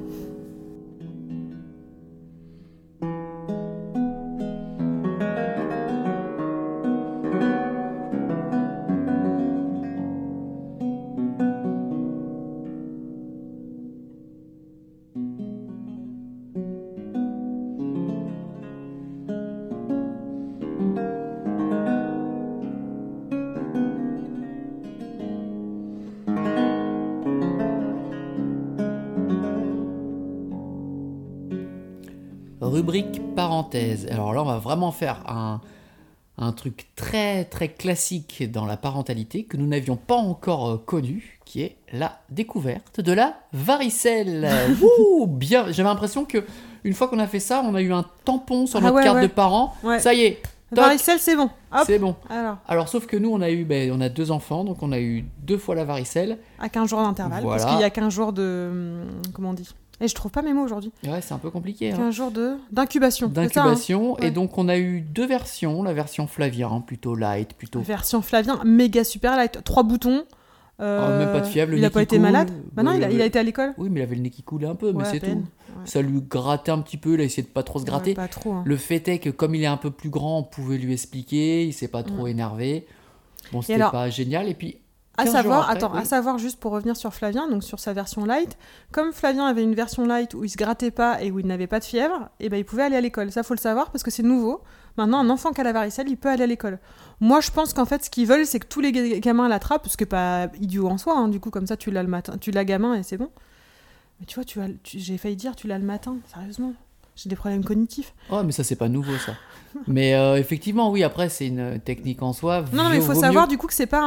Rubrique parenthèse. Alors là, on va vraiment faire un truc très très classique dans la parentalité que nous n'avions pas encore connu, qui est la découverte de la varicelle. Ouh, bien. J'avais l'impression que une fois qu'on a fait ça, on a eu un tampon sur notre carte de parents. Ouais. Ça y est. Varicelle, c'est bon. Hop. C'est bon. Alors, sauf que nous, on a 2 enfants, donc on a eu 2 fois la varicelle. À 15 jours d'intervalle, parce qu'il y a 15 jours de... Comment on dit ? Et je trouve pas mes mots aujourd'hui. Ouais, c'est un peu compliqué. 15 jours d'incubation. D'incubation. Ça, hein. Et donc, on a eu 2 versions. La version Flavien, plutôt light, plutôt... Version Flavien, méga super light. 3 boutons. Même pas de fièvre. Il a pas été malade. Bah non, il a été à l'école. Oui, mais il avait le nez qui coulait un peu, mais c'est tout. Ouais. Ça lui grattait un petit peu. Il a essayé de pas trop se gratter. Pas trop, hein. Le fait est que comme il est un peu plus grand, on pouvait lui expliquer. Il s'est pas trop énervé. Bon, c'était pas génial. Et puis... À savoir, juste pour revenir sur Flavien, donc sur sa version light, comme Flavien avait une version light où il se grattait pas et où il n'avait pas de fièvre, et ben il pouvait aller à l'école. Ça, faut le savoir parce que c'est nouveau. Maintenant, un enfant qui a la varicelle, il peut aller à l'école. Moi, je pense qu'en fait, ce qu'ils veulent, c'est que tous les gamins l'attrapent, ce qui n'est pas idiot en soi. Hein. Du coup, comme ça, tu l'as le matin, tu l'as gamin et c'est bon. Mais tu vois, j'ai failli dire, tu l'as le matin, sérieusement. J'ai des problèmes cognitifs. Oh, mais ça, c'est pas nouveau, ça. Mais effectivement, oui, après, c'est une technique en soi. Non, mais il faut savoir, du coup, que c'est pas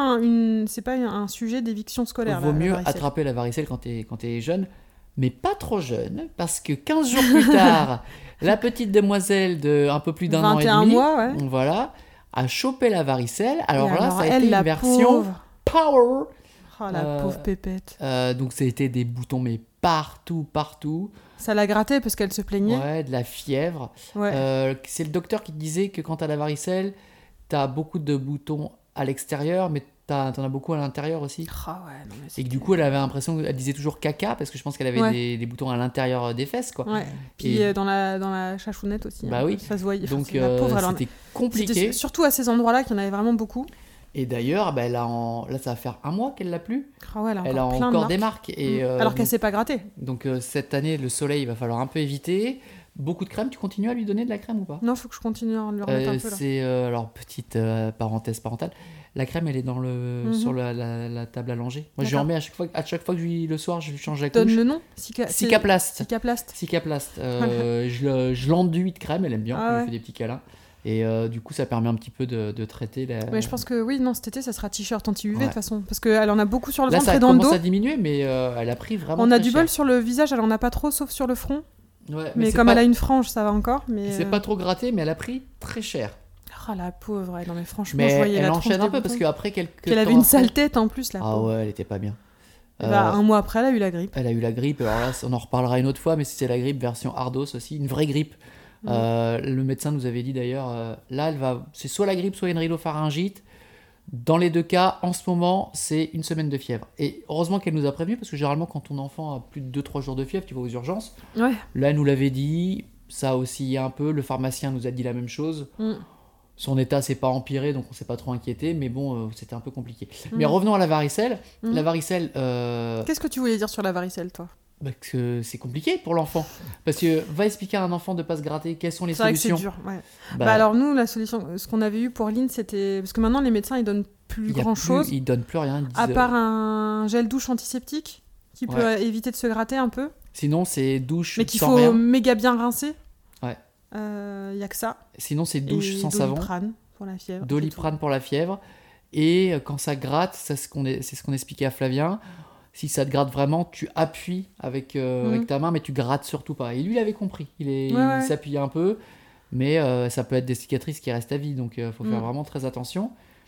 un sujet d'éviction scolaire. Vaut mieux attraper la varicelle quand t'es jeune, mais pas trop jeune, parce que 15 jours plus tard, la petite demoiselle de un peu plus d'1 an et demi, mois, voilà, a chopé la varicelle. Alors là, alors, ça a été une version power. Oh, la pauvre pépette. Donc, ça a été des boutons, mais partout. Ça l'a gratté parce qu'elle se plaignait. Ouais, de la fièvre. Ouais. C'est le docteur qui te disait que quand t'as la varicelle, t'as beaucoup de boutons à l'extérieur, mais t'en as beaucoup à l'intérieur aussi. Et que du coup, elle avait l'impression qu'elle disait toujours caca, parce que je pense qu'elle avait des boutons à l'intérieur des fesses, quoi. Ouais. Puis dans la chachounette aussi. Bah oui. Ça se voyait. Donc la pauvre, c'était compliqué. Surtout à ces endroits-là qu'il y en avait vraiment beaucoup. Et d'ailleurs, bah, là, ça va faire 1 mois qu'elle l'a plus. Elle a encore des marques. Et, alors qu'elle s'est pas grattée. Donc cette année, le soleil, il va falloir un peu éviter. Beaucoup de crème. Tu continues à lui donner de la crème ou pas? Non, faut que je continue à lui remettre un peu. Là. Alors, petite parenthèse parentale. La crème, elle est sur la table à langer. Moi, je lui en mets à chaque fois que le soir, je lui change la couche. Donne le nom. Cicaplast. Cicaplast. Je l'enduis de crème. Elle aime bien quand je lui fais des petits câlins. Et du coup, ça permet un petit peu de traiter la... Mais je pense que oui, cet été, ça sera t-shirt anti-UV de toute façon. Parce qu'elle en a beaucoup sur le ventre et ça dans le dos. commence à diminuer, mais elle a pris vraiment On a très du cher. bol sur le visage, elle en a pas trop, sauf sur le front. Ouais, mais comme elle a une frange, ça va encore. Mais c'est pas trop gratté, mais elle a pris très cher. Oh la pauvre, non mais franchement, mais je voyais elle la enchaîne un peu parce qu'après qu'elle avait une sale tête en plus, la pauvre. ouais, elle était pas bien. 1 mois après, elle a eu la grippe. Elle a eu la grippe, alors là, on en reparlera une autre fois, mais c'était la grippe version Ardos aussi, une vraie grippe. Le médecin nous avait dit d'ailleurs, là, c'est soit la grippe, soit une rhinopharyngite. Dans les 2 cas, en ce moment, c'est 1 semaine de fièvre. Et heureusement qu'elle nous a prévenu, parce que généralement, quand ton enfant a plus de 2-3 jours de fièvre, tu vas aux urgences. Ouais. Là, elle nous l'avait dit, ça a oscillé un peu. Le pharmacien nous a dit la même chose. Son état s'est pas empiré, donc on s'est pas trop inquiété, mais bon, c'était un peu compliqué. Mais revenons à la varicelle. La varicelle... Qu'est-ce que tu voulais dire sur la varicelle, toi? Que c'est compliqué pour l'enfant. Parce que va expliquer à un enfant de pas se gratter, quelles sont les solutions. C'est vrai que c'est dur, ouais. Alors nous, la solution, ce qu'on avait eu pour Lynn, c'était... Parce que maintenant, les médecins, ils donnent plus grand-chose. Ils donnent plus rien. À part un gel douche antiseptique qui peut éviter de se gratter un peu. Sinon, c'est douche mais qu'il sans faut rien. Méga bien rincer. Ouais. Y a que ça. Sinon, c'est douche sans savon. Doliprane pour la fièvre. Doliprane pour la fièvre. Et quand ça gratte, c'est ce qu'on expliquait à Flavien. Si ça te gratte vraiment, tu appuies avec ta main, mais tu grattes surtout pas. Et lui, il avait compris. Il s'appuyait un peu, mais ça peut être des cicatrices qui restent à vie. Donc, il faut faire vraiment très attention.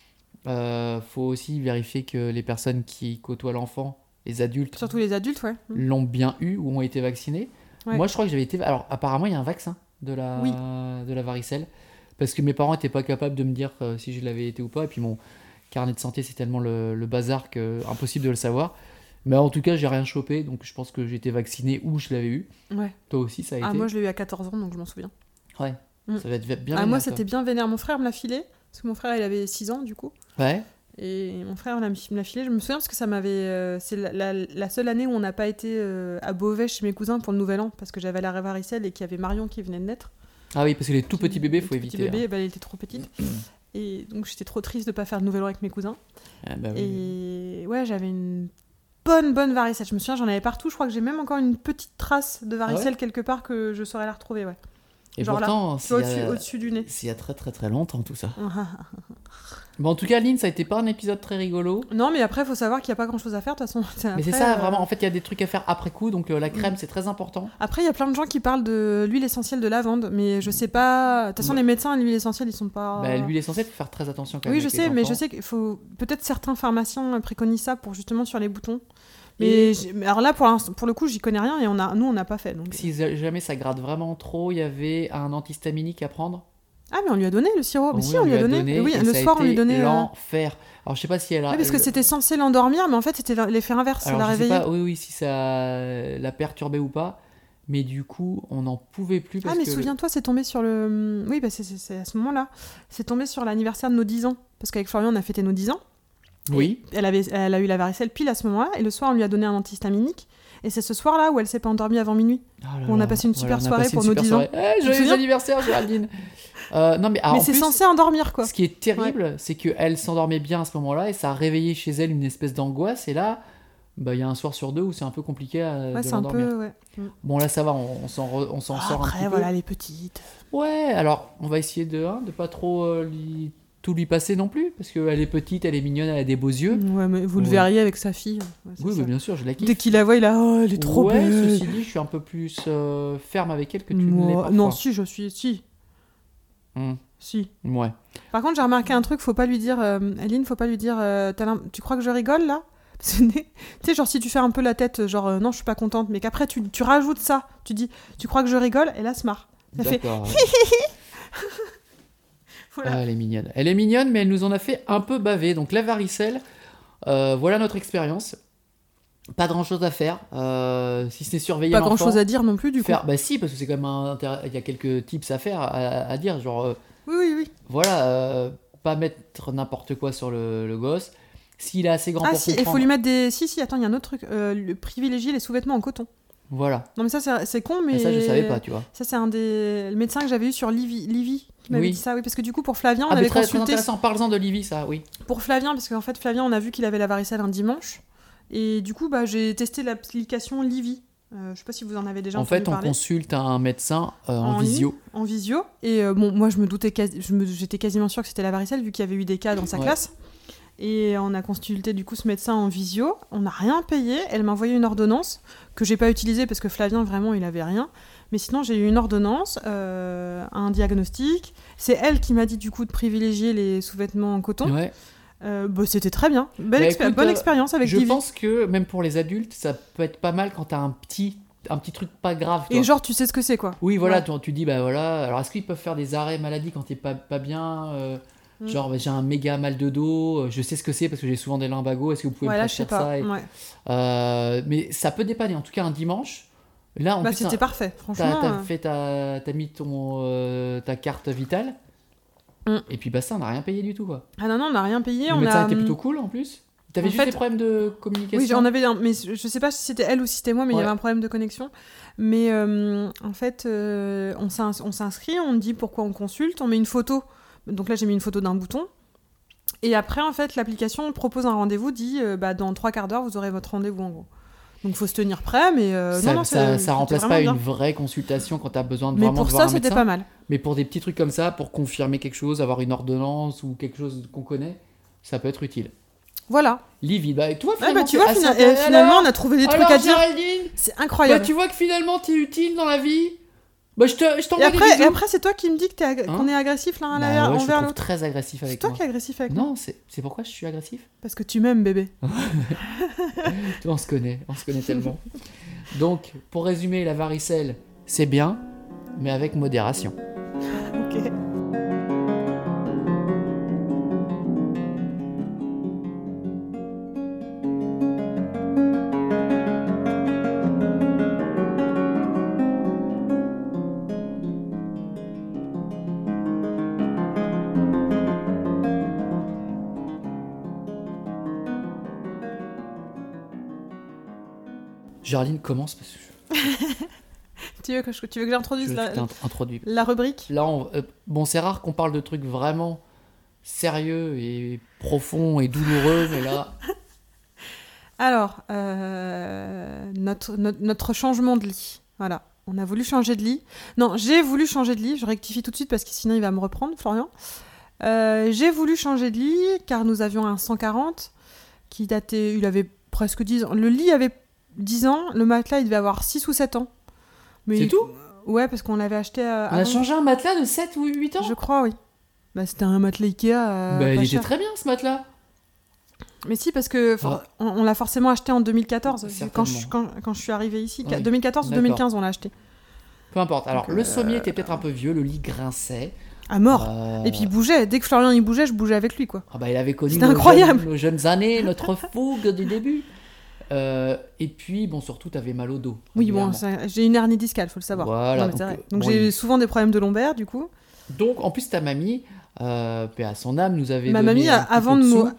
Faut aussi vérifier que les personnes qui côtoient l'enfant, les adultes, surtout les adultes, l'ont bien eu ou ont été vaccinés. Ouais. Moi, je crois que j'avais été... Alors, apparemment, il y a un vaccin de la varicelle, parce que mes parents n'étaient pas capables de me dire si je l'avais été ou pas. Et puis, mon carnet de santé, c'est tellement le bazar que impossible de le savoir. Mais en tout cas, j'ai rien chopé, donc je pense que j'ai été vacciné ou je l'avais eu. Ouais. Toi aussi, ça a été? Moi, je l'ai eu à 14 ans, donc je m'en souviens. Ouais, ça va être bien vénère. Moi, c'était bien vénère. Mon frère me l'a filé, parce que mon frère, il avait 6 ans, du coup. Ouais. Et mon frère me l'a filé. Je me souviens parce que ça m'avait... c'est la seule année où on n'a pas été à Beauvais chez mes cousins pour le Nouvel An, parce que j'avais la varicelle et qu'il y avait Marion qui venait de naître. Ah oui, parce que les tout petits bébés, il faut éviter. Les petits bébés, elle était trop petite. Et donc, j'étais trop triste de ne pas faire le Nouvel An avec mes cousins. Ah bah oui. Et ouais, j'avais une... bonne varicelle. Je me souviens, j'en avais partout. Je crois que j'ai même encore une petite trace de varicelle quelque part que je saurais la retrouver, ouais. Et genre pourtant, là, au-dessus du nez. C'est il y a très très très longtemps tout ça. Bon, en tout cas, Lynn, ça a été pas un épisode très rigolo. Non, mais après, il faut savoir qu'il n'y a pas grand-chose à faire de toute façon. Mais c'est ça, vraiment. En fait, il y a des trucs à faire après coup, donc la crème, c'est très important. Après, il y a plein de gens qui parlent de l'huile essentielle de lavande, mais je sais pas. De toute façon, les médecins, l'huile essentielle, ils sont pas. L'huile essentielle, il faut faire très attention quand même. Oui, je sais, mais je sais qu'il faut. Peut-être certains pharmaciens préconisent ça pour justement sur les boutons. Mais alors là, pour le coup, j'y connais rien et nous, on n'a pas fait. Donc... Si jamais ça gratte vraiment trop, il y avait un antihistaminique à prendre. Ah, mais on lui a donné le sirop. Mais oui, si, on lui a donné. Oui, le soir, on lui donnait. L'enfer. Alors, je sais pas si elle a. Oui, parce que c'était censé l'endormir, mais en fait, c'était l'effet inverse. Alors, ça l'a réveillé. Sais pas, oui, si ça l'a perturbé ou pas. Mais du coup, on n'en pouvait plus. Parce mais souviens-toi, c'est tombé sur le. Oui, bah c'est à ce moment-là. C'est tombé sur l'anniversaire de nos 10 ans. Parce qu'avec Florian, on a fêté nos 10 ans. Oui. Elle a eu la varicelle pile à ce moment-là. Et le soir, on lui a donné un antihistaminique. Et c'est ce soir-là où elle s'est pas endormie avant minuit. On a passé une super soirée pour nos 10 ans. Joyeux anniversaire, Géraldine. Non, mais c'est censé endormir, quoi. Ce qui est terrible, c'est qu'elle s'endormait bien à ce moment-là et ça a réveillé chez elle une espèce d'angoisse. Et là, il y a un soir sur deux où c'est un peu compliqué de l'endormir. Bon, là, ça va, on s'en sort un petit peu. Après, voilà, les petites. Ouais, alors, on va essayer de pas trop tout lui passer non plus, parce qu'elle est petite, elle est mignonne, elle a des beaux yeux. Ouais, mais vous le verriez avec sa fille. Oui, bien sûr, je la kiffe. Dès qu'il la voit, il a elle est trop belle. Ceci dit, je suis un peu plus ferme avec elle que tu ne l'es parfois. Non, si, je suis... Si. Ouais. Par contre, j'ai remarqué un truc, faut pas lui dire... Aline, faut pas lui dire... tu crois que je rigole, là? Tu sais, genre, si tu fais un peu la tête, genre, non, je suis pas contente, mais qu'après, tu rajoutes ça. Tu dis, tu crois que je rigole? Et là, se marre. D'accord. Voilà. Elle est mignonne. Elle est mignonne, mais elle nous en a fait un peu baver. Donc la varicelle, voilà notre expérience. Pas grand chose à faire, si ce n'est surveiller l'enfant. Pas grand chose à dire non plus, du coup. Bah si, parce que c'est quand même il y a quelques tips à faire, à dire, genre... Oui. Voilà, pas mettre n'importe quoi sur le gosse. S'il est assez grand pour comprendre... il faut lui mettre des... Si, attends, il y a un autre truc. Privilégier les sous-vêtements en coton. Voilà. Non, mais ça, c'est con, mais... Et ça, je savais pas, tu vois. Ça, c'est un des médecins que j'avais eu sur Livy qui m'avait dit ça, oui, parce que du coup, pour Flavien, on avait très, consulté... Très intéressant, parle-en de Livy, ça, oui. Pour Flavien, parce qu'en fait, Flavien, on a vu qu'il avait la varicelle un dimanche, et du coup, j'ai testé l'application Livy. Je sais pas si vous en avez déjà entendu parler. En fait, on consulte un médecin en visio. En visio, et moi, je me doutais, j'étais quasiment sûre que c'était la varicelle, vu qu'il y avait eu des cas dans sa classe. Et on a consulté du coup ce médecin en visio, on n'a rien payé, elle m'a envoyé une ordonnance que j'ai pas utilisée parce que Flavien vraiment il avait rien, mais sinon j'ai eu une ordonnance, un diagnostic, c'est elle qui m'a dit du coup de privilégier les sous-vêtements en coton. Ouais. C'était très bien, bonne expérience avec Livy. Je pense que même pour les adultes ça peut être pas mal quand t'as un petit truc pas grave. Et genre tu sais ce que c'est quoi. Oui voilà, tu dis bah voilà, alors est-ce qu'ils peuvent faire des arrêts maladie quand t'es pas bien Genre j'ai un méga mal de dos, je sais ce que c'est parce que j'ai souvent des lumbagos, est-ce que vous pouvez me prescrire ça mais ça peut dépanner, en tout cas un dimanche. Là, c'était parfait, franchement. T'as mis ta carte vitale, et puis ça, on n'a rien payé du tout, quoi. Ah non, on n'a rien payé. Le médecin était plutôt cool en plus. T'avais juste des problèmes de communication. Oui, j'en avais mais je sais pas si c'était elle ou si c'était moi, mais il y avait un problème de connexion. Mais en fait, on s'inscrit, on dit pourquoi on consulte, on met une photo. Donc là, j'ai mis une photo d'un bouton. Et après, en fait, l'application propose un rendez-vous, dit dans 3 quarts d'heure, vous aurez votre rendez-vous, en gros. Donc, il faut se tenir prêt, mais ça remplace pas une vraie consultation quand tu as besoin de mais vraiment pour voir ça, un médecin. c'était pas mal. Mais pour des petits trucs comme ça, pour confirmer quelque chose, avoir une ordonnance ou quelque chose qu'on connaît, ça peut être utile. Voilà. Livy, tu vois, finalement, on a trouvé des trucs à dire. Géraldine, c'est incroyable. Tu vois que finalement, t'es utile dans la vie. Je t'envoie des bisous. Et après, c'est toi qui me dis qu'on est agressif l'un envers l'autre. Je trouve très agressif avec moi. C'est toi qui es agressif avec moi. Non, c'est pourquoi je suis agressif. Parce que tu m'aimes, bébé. On se connaît tellement. Donc, pour résumer, la varicelle, c'est bien, mais avec modération. Ok. Géraldine, commence parce que tu veux que j'introduise la rubrique. Là, c'est rare qu'on parle de trucs vraiment sérieux et profonds et douloureux, mais là... Alors, notre changement de lit. Voilà, on a voulu changer de lit. Non, j'ai voulu changer de lit. Je rectifie tout de suite parce que sinon il va me reprendre, Florian. J'ai voulu changer de lit car nous avions un 140 qui datait... Il avait presque 10 ans. Le lit avait 10 ans, le matelas il devait avoir 6 ou 7 ans. Mais c'est tout ? Ouais, parce qu'on l'avait acheté On a changé un matelas de 7 ou 8 ans ? Je crois, oui. C'était un matelas Ikea. Il était très bien ce matelas. Mais si, parce que on l'a forcément acheté en 2014, quand je suis arrivée ici. Oui. 2014 ou 2015, on l'a acheté. Peu importe. Alors, le sommier était peut-être un peu vieux, le lit grinçait. À mort. Et puis il bougeait. Dès que Florian il bougeait, je bougeais avec lui, quoi. Ah bah, il avait connu nos jeunes années, notre fougue du début. Et puis, bon, surtout, t'avais mal au dos. Oui, bon, j'ai une hernie discale, faut le savoir. Voilà. Donc j'ai souvent des problèmes de lombaire, du coup. Donc, en plus, ta mamie, paix à son âme, nous avait Ma donné mamie, avant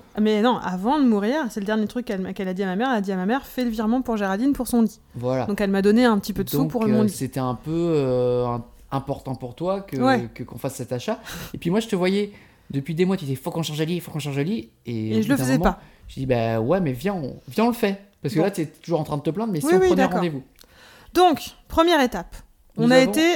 de mourir, c'est le dernier truc qu'elle a dit à ma mère. Elle a dit à ma mère, fais le virement pour Géraldine pour son lit. Voilà. Donc elle m'a donné un petit peu de sous pour mon lit. C'était un peu important pour toi qu'on fasse cet achat. Et puis moi, je te voyais depuis des mois, tu disais, faut qu'on change de lit. Et je le faisais pas. Je dis, bah ouais, mais viens, on le fait. Parce que là, tu es toujours en train de te plaindre, mais si on prenait rendez-vous. Donc, première étape. Nous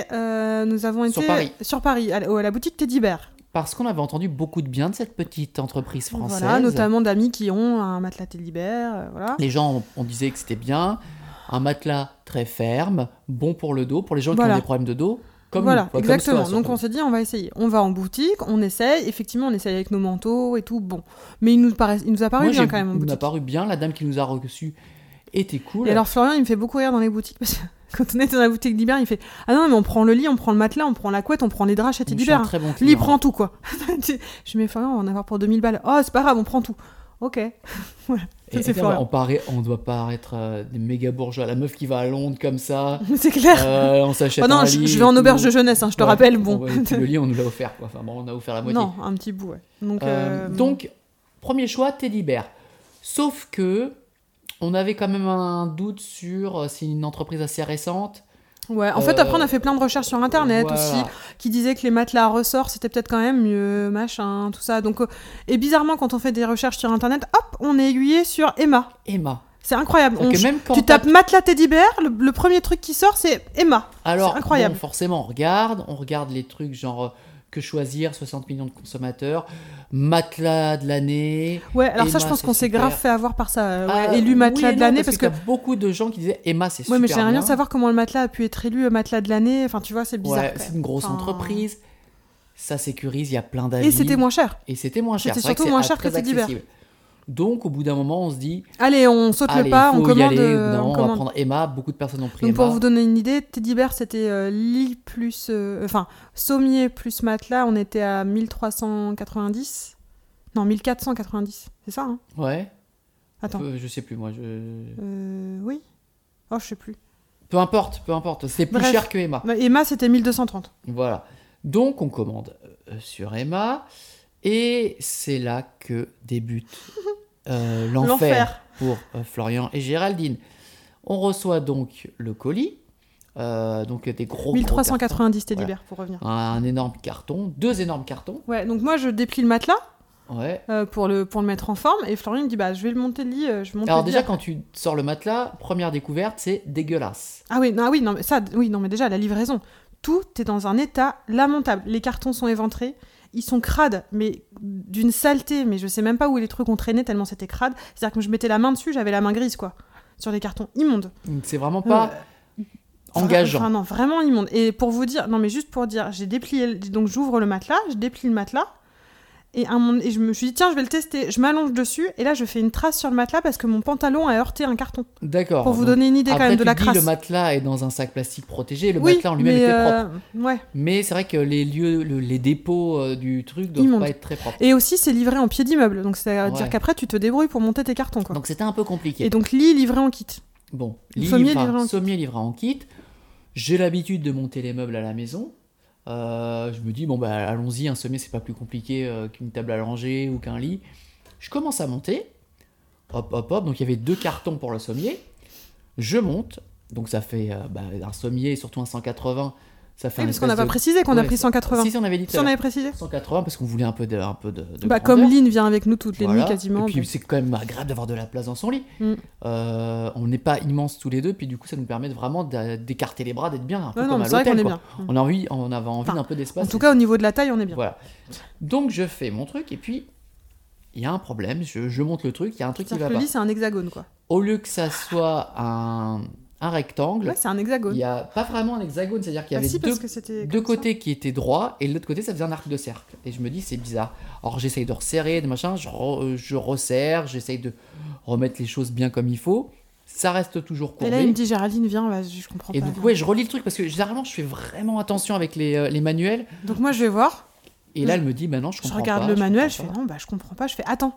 avons été sur Paris, à la boutique Teddy Bear. Parce qu'on avait entendu beaucoup de bien de cette petite entreprise française. Voilà, notamment d'amis qui ont un matelas Teddy Bear. Voilà. Les gens, on disait que c'était bien. Un matelas très ferme, bon pour le dos, pour les gens qui ont des problèmes de dos. Exactement. Donc on s'est dit, on va essayer. On va en boutique, on essaye. Effectivement, on essaye avec nos manteaux et tout. Bon. Mais il nous a paru bien quand même en boutique. Il nous a paru bien. La dame qui nous a reçus était cool. Et alors Florian, il me fait beaucoup rire dans les boutiques parce que quand on était dans la boutique Teddy Bear, il fait ah non mais on prend le lit, on prend le matelas, on prend la couette, on prend les draps chez Teddy Bear. Lui il prend tout quoi. Je mets Florian, on va en avoir pour 2000 balles. Oh c'est pas grave, on prend tout. Ok. Voilà. C'est Florian. On doit paraître des méga bourgeois. La meuf qui va à Londres comme ça. C'est clair. On s'achète un lit. Je vais en auberge de jeunesse, je te rappelle. Bon. Le lit on nous l'a offert quoi. Enfin bon, on a offert la moitié. Non, un petit bout. Ouais. Donc premier choix Teddy Bear. Sauf que on avait quand même un doute sur c'est une entreprise assez récente. Ouais, en fait, après, on a fait plein de recherches sur Internet aussi, qui disaient que les matelas à ressort, c'était peut-être quand même mieux, machin, tout ça. Donc, et bizarrement, quand on fait des recherches sur Internet, hop, on est aiguillé sur Emma. C'est incroyable. Tu tapes matelas Teddy Bear, le premier truc qui sort, c'est Emma. Alors, c'est incroyable. Bon, forcément, on regarde les trucs genre... Que choisir, 60 millions de consommateurs, matelas de l'année. Ouais, alors Emma, ça, je pense qu'on s'est grave fait avoir par ça. Élu matelas de l'année. Parce qu'il y a beaucoup de gens qui disaient Emma, c'est super bien. Ouais, mais j'aimerais bien savoir comment le matelas a pu être élu matelas de l'année. Enfin, tu vois, c'est bizarre. Ouais, c'est une grosse entreprise. Ça sécurise, il y a plein d'avis. Et c'était moins cher. C'était surtout moins cher que Teddy Bear. Donc, au bout d'un moment, on se dit... Allez, on saute le pas, on commande... on va prendre Emma. Beaucoup de personnes ont pris Emma. Donc, pour vous donner une idée, Teddy Bear, c'était lit plus... sommier plus matelas, on était à 1390. Non, 1490. C'est ça, hein? Ouais. Attends. Je sais plus, moi. Oui. Oh, je sais plus. Peu importe. C'est plus cher que Emma. Emma, c'était 1230. Voilà. Donc, on commande sur Emma... Et c'est là que débute l'enfer pour Florian et Géraldine. On reçoit donc le colis, donc des gros 1390 Teddy Bear, pour revenir. Un énorme carton, 2 énormes cartons. Ouais, donc moi je déplie le matelas ouais. Pour le mettre en forme, et Florian me dit je vais le monter le lit. Alors déjà quand tu sors le matelas, première découverte, c'est dégueulasse. Ah oui, non mais déjà la livraison, tout est dans un état lamentable. Les cartons sont éventrés. Ils sont crades, mais d'une saleté, mais je sais même pas où les trucs ont traîné tellement c'était crade. C'est-à-dire que quand je mettais la main dessus, j'avais la main grise, quoi, sur les cartons immondes. C'est vraiment pas engageant. Enfin, non, vraiment immonde. Et pour vous dire, non mais juste pour dire, j'ai déplié, donc j'ouvre le matelas, je déplie le matelas, et je me suis dit, tiens, je vais le tester. Je m'allonge dessus, et là, je fais une trace sur le matelas parce que mon pantalon a heurté un carton. D'accord. Pour vous donner une idée quand même de la crasse. Le matelas est dans un sac plastique protégé, le matelas en lui-même était propre. Ouais. Mais c'est vrai que les lieux, les dépôts du truc doivent pas être très propres. Et aussi, c'est livré en pied d'immeuble, donc c'est-à-dire qu'après, tu te débrouilles pour monter tes cartons, quoi. Donc c'était un peu compliqué. Et donc, lit livré en kit. Bon, sommier livré en kit. J'ai l'habitude de monter les meubles à la maison. Je me dis, allons-y, un sommier, c'est pas plus compliqué qu'une table à langer ou qu'un lit. Je commence à monter. Hop. Donc, il y avait 2 cartons pour le sommier. Je monte. Donc, ça fait un sommier, surtout un 180. Ça fait parce qu'on n'a pas précisé qu'on a pris 180. Si, on avait dit on avait précisé. 180 parce qu'on voulait un peu de comme Lynn vient avec nous toutes les nuits quasiment. Et puis, c'est quand même agréable d'avoir de la place dans son lit. On n'est pas immenses tous les deux. Puis, du coup, ça nous permet vraiment d'écarter les bras, d'être bien. Un peu comme à l'hôtel. Bien. On avait envie d'un peu d'espace. En tout cas, au niveau de la taille, on est bien. Voilà. Donc, je fais mon truc. Et puis, il y a un problème. Je monte le truc. Il y a un truc qui va pas. Le lit, c'est un hexagone, quoi. Au lieu que ça soit un un rectangle. Ouais, c'est un hexagone. Il n'y a pas vraiment un hexagone, c'est-à-dire qu'il y avait deux côtés qui étaient droits et l'autre côté ça faisait un arc de cercle. Et je me dis c'est bizarre. Alors j'essaye de resserrer, de machin, je resserre, j'essaye de remettre les choses bien comme il faut. Ça reste toujours courbé. Et là il me dit Géraldine viens, vas-y, je comprends pas. Et donc ouais, je relis le truc parce que généralement je fais vraiment attention avec les manuels. Donc moi je vais voir. Et là elle me dit bah non je comprends pas. Je regarde le manuel, je fais non bah je comprends pas, je fais attends.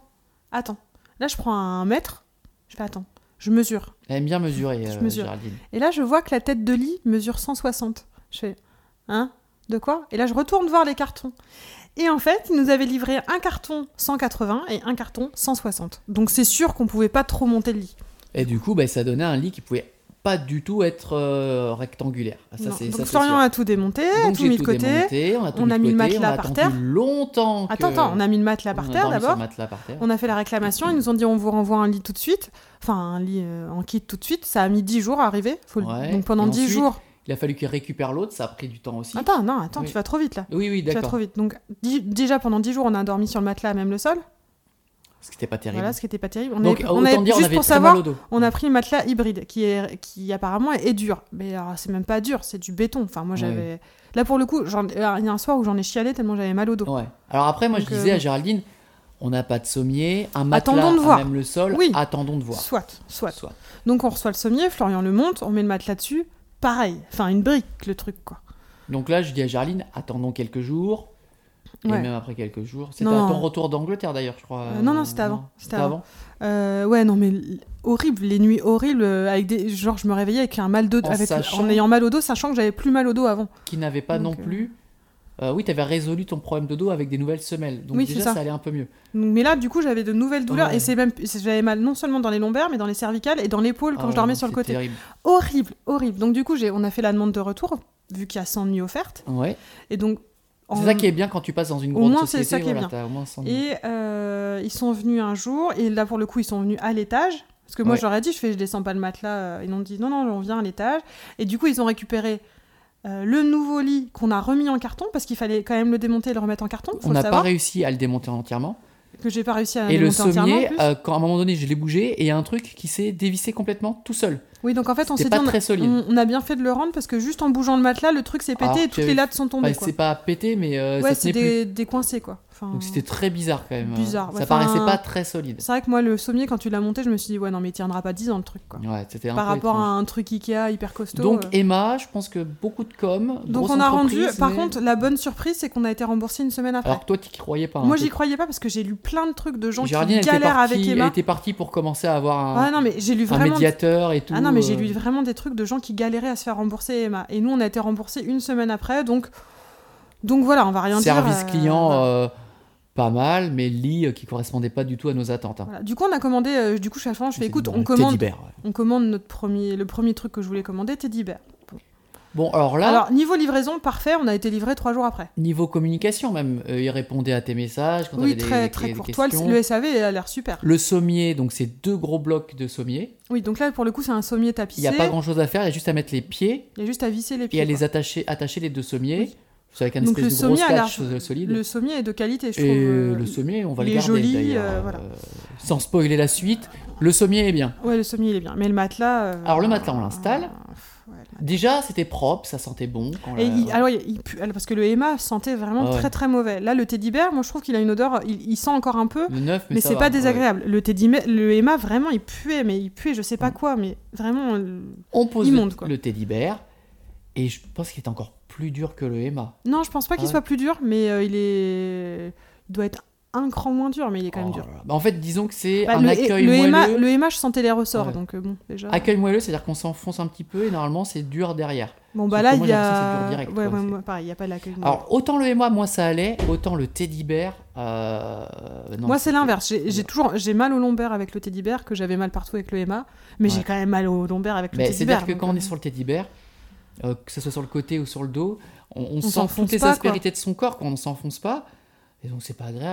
Là je prends un mètre, je fais attends. Je mesure. Elle aime bien mesurer, Géraldine. Et là, je vois que la tête de lit mesure 160. Je fais, hein ? De quoi ? Et là, je retourne voir les cartons. Et en fait, ils nous avaient livré un carton 180 et un carton 160. Donc, c'est sûr qu'on pouvait pas trop monter le lit. Et du coup, ça donnait un lit qui pouvait pas du tout être rectangulaire. Donc, Florian a tout démonté, tout mis de côté. On a mis le matelas par terre. Longtemps. Attends, on a mis le matelas par terre d'abord. On a fait la réclamation. Ils nous ont dit on vous renvoie un lit tout de suite. Enfin, un lit en kit tout de suite. Ça a mis 10 jours à arriver. Donc pendant 10 jours. Il a fallu qu'il récupère l'autre. Ça a pris du temps aussi. Attends, oui. Tu vas trop vite là. Oui, d'accord. Tu vas trop vite. Donc déjà pendant 10 jours, on a dormi sur le matelas, même le sol. Ce qui n'était pas terrible. Voilà, ce qui n'était pas terrible. On avait très mal au dos. On a pris le matelas hybride qui apparemment est dur. Mais alors, c'est même pas dur, c'est du béton. Enfin, moi j'avais. Là pour le coup, il y a un soir où j'en ai chialé tellement j'avais mal au dos. Ouais. Alors après, moi je disais à Géraldine, on n'a pas de sommier, un matelas à même le sol, attendons de voir. Soit. Donc on reçoit le sommier, Florian le monte, on met le matelas dessus, pareil. Enfin, une brique le truc quoi. Donc là, je dis à Géraldine, attendons quelques jours. Et même après quelques jours. C'était à ton retour d'Angleterre d'ailleurs, je crois. Non, c'était avant. C'était avant. Ouais, non, mais horrible, les nuits horribles, avec des. Genre, je me réveillais avec un mal de dos, en ayant mal au dos, sachant que j'avais plus mal au dos avant. Qui n'avait pas non plus. Oui, tu avais résolu ton problème de dos avec des nouvelles semelles. Donc déjà, ça allait un peu mieux. Mais là, du coup, j'avais de nouvelles douleurs. Et j'avais mal non seulement dans les lombaires, mais dans les cervicales et dans l'épaule quand je dormais sur le côté. Terrible. Horrible. Donc, du coup, on a fait la demande de retour, vu qu'il y a 100 nuits offertes. Ouais. Et donc. C'est ça qui est bien quand tu passes dans une grande société. C'est ça qui est bien. Et ils sont venus un jour, et là pour le coup ils sont venus à l'étage, parce que moi j'aurais dit je descends pas le matelas, ils m'ont dit non on vient à l'étage, et du coup ils ont récupéré le nouveau lit qu'on a remis en carton, parce qu'il fallait quand même le démonter et le remettre en carton. On n'a pas réussi à le démonter entièrement. Que j'ai pas réussi à démonter entièrement. Et le sommier, quand à un moment donné je l'ai bougé, et il y a un truc qui s'est dévissé complètement tout seul. Oui, donc en fait, on s'est dit, on a bien fait de le rendre parce que juste en bougeant le matelas, le truc s'est pété et toutes les lattes sont tombées. C'est pas pété, mais ça tenait plus. Décoincé, quoi. Enfin, donc c'était très bizarre quand même. Ça paraissait pas très solide. C'est vrai que moi, le sommier, quand tu l'as monté, je me suis dit, ouais, non, mais il tiendra pas 10 ans le truc, quoi. Ouais, c'était un Par peu rapport étrange. à un truc Ikea hyper costaud. Donc Emma, je pense que beaucoup de com. Donc on a rendu. Par contre, la bonne surprise, c'est qu'on a été remboursé une semaine après. Alors toi, tu y croyais pas. Moi, j'y croyais pas parce que j'ai lu plein de trucs de gens qui galèrent avec Emma. Elle était partie pour commencer à avoir un médiateur et tout. Ah non, mais j'ai lu vraiment des trucs de gens qui galéraient à se faire rembourser Emma. Et nous, on a été remboursés une semaine après, donc voilà, on va rien dire. Service client, pas mal, mais le lit qui correspondait pas du tout à nos attentes. Hein. Voilà. Du coup, on a commandé. Du coup, je fais écoute, on commande le premier truc que je voulais commander, Teddy Bear. Bon, alors niveau livraison, parfait, on a été livré 3 jours après. Niveau communication, même, il répondait à tes messages. Quand oui, très courtois. Le SAV a l'air super. Le sommier, donc c'est 2 gros blocs de sommier. Oui, donc là, pour le coup, c'est un sommier tapissé. Il n'y a pas grand-chose à faire, il y a juste à mettre les pieds. Il y a juste à visser les pieds. Et à les attacher les 2 sommiers. Oui. C'est avec un donc espèce de gros scotch solide. Le sommier est de qualité, je trouve. Et le sommier, on va le garder. Il est joli, d'ailleurs. voilà. Sans spoiler la suite, le sommier est bien. Ouais, le sommier il est bien. Mais le matelas. Alors le matelas, on l'installe. Déjà, c'était propre, ça sentait bon. Alors, il pue, parce que le Emma sentait vraiment très très mauvais. Là, le Teddy Bear, moi je trouve qu'il a une odeur, il sent encore un peu, le neuf, mais c'est pas désagréable. Ouais. Le Emma, vraiment, il puait, je sais pas quoi, mais vraiment. On pose le Teddy Bear, et je pense qu'il est encore plus dur que le Emma. Non, je pense pas qu'il soit plus dur, mais il doit être un cran moins dur, mais il est quand même dur. En fait, disons que c'est un accueil moelleux. Le Emma, je sentais les ressorts, donc bon, déjà. Accueil moelleux, c'est-à-dire qu'on s'enfonce un petit peu et normalement c'est dur derrière. Bon, bah là, il y a. Direct, moi, pareil, il n'y a pas l'accueil moelleux. Alors, autant le Emma, moi ça allait, autant le Teddy Bear. Non, moi, c'est l'inverse. J'ai mal au lombaire avec le Teddy Bear, que j'avais mal partout avec le Emma, mais j'ai quand même mal au lombaire avec le Teddy Bear. C'est-à-dire que quand on est sur le Teddy Bear, que ce soit sur le côté ou sur le dos, on sent toutes les aspérités de son corps quand on ne s'enfonce pas, et donc c'est pas agréable.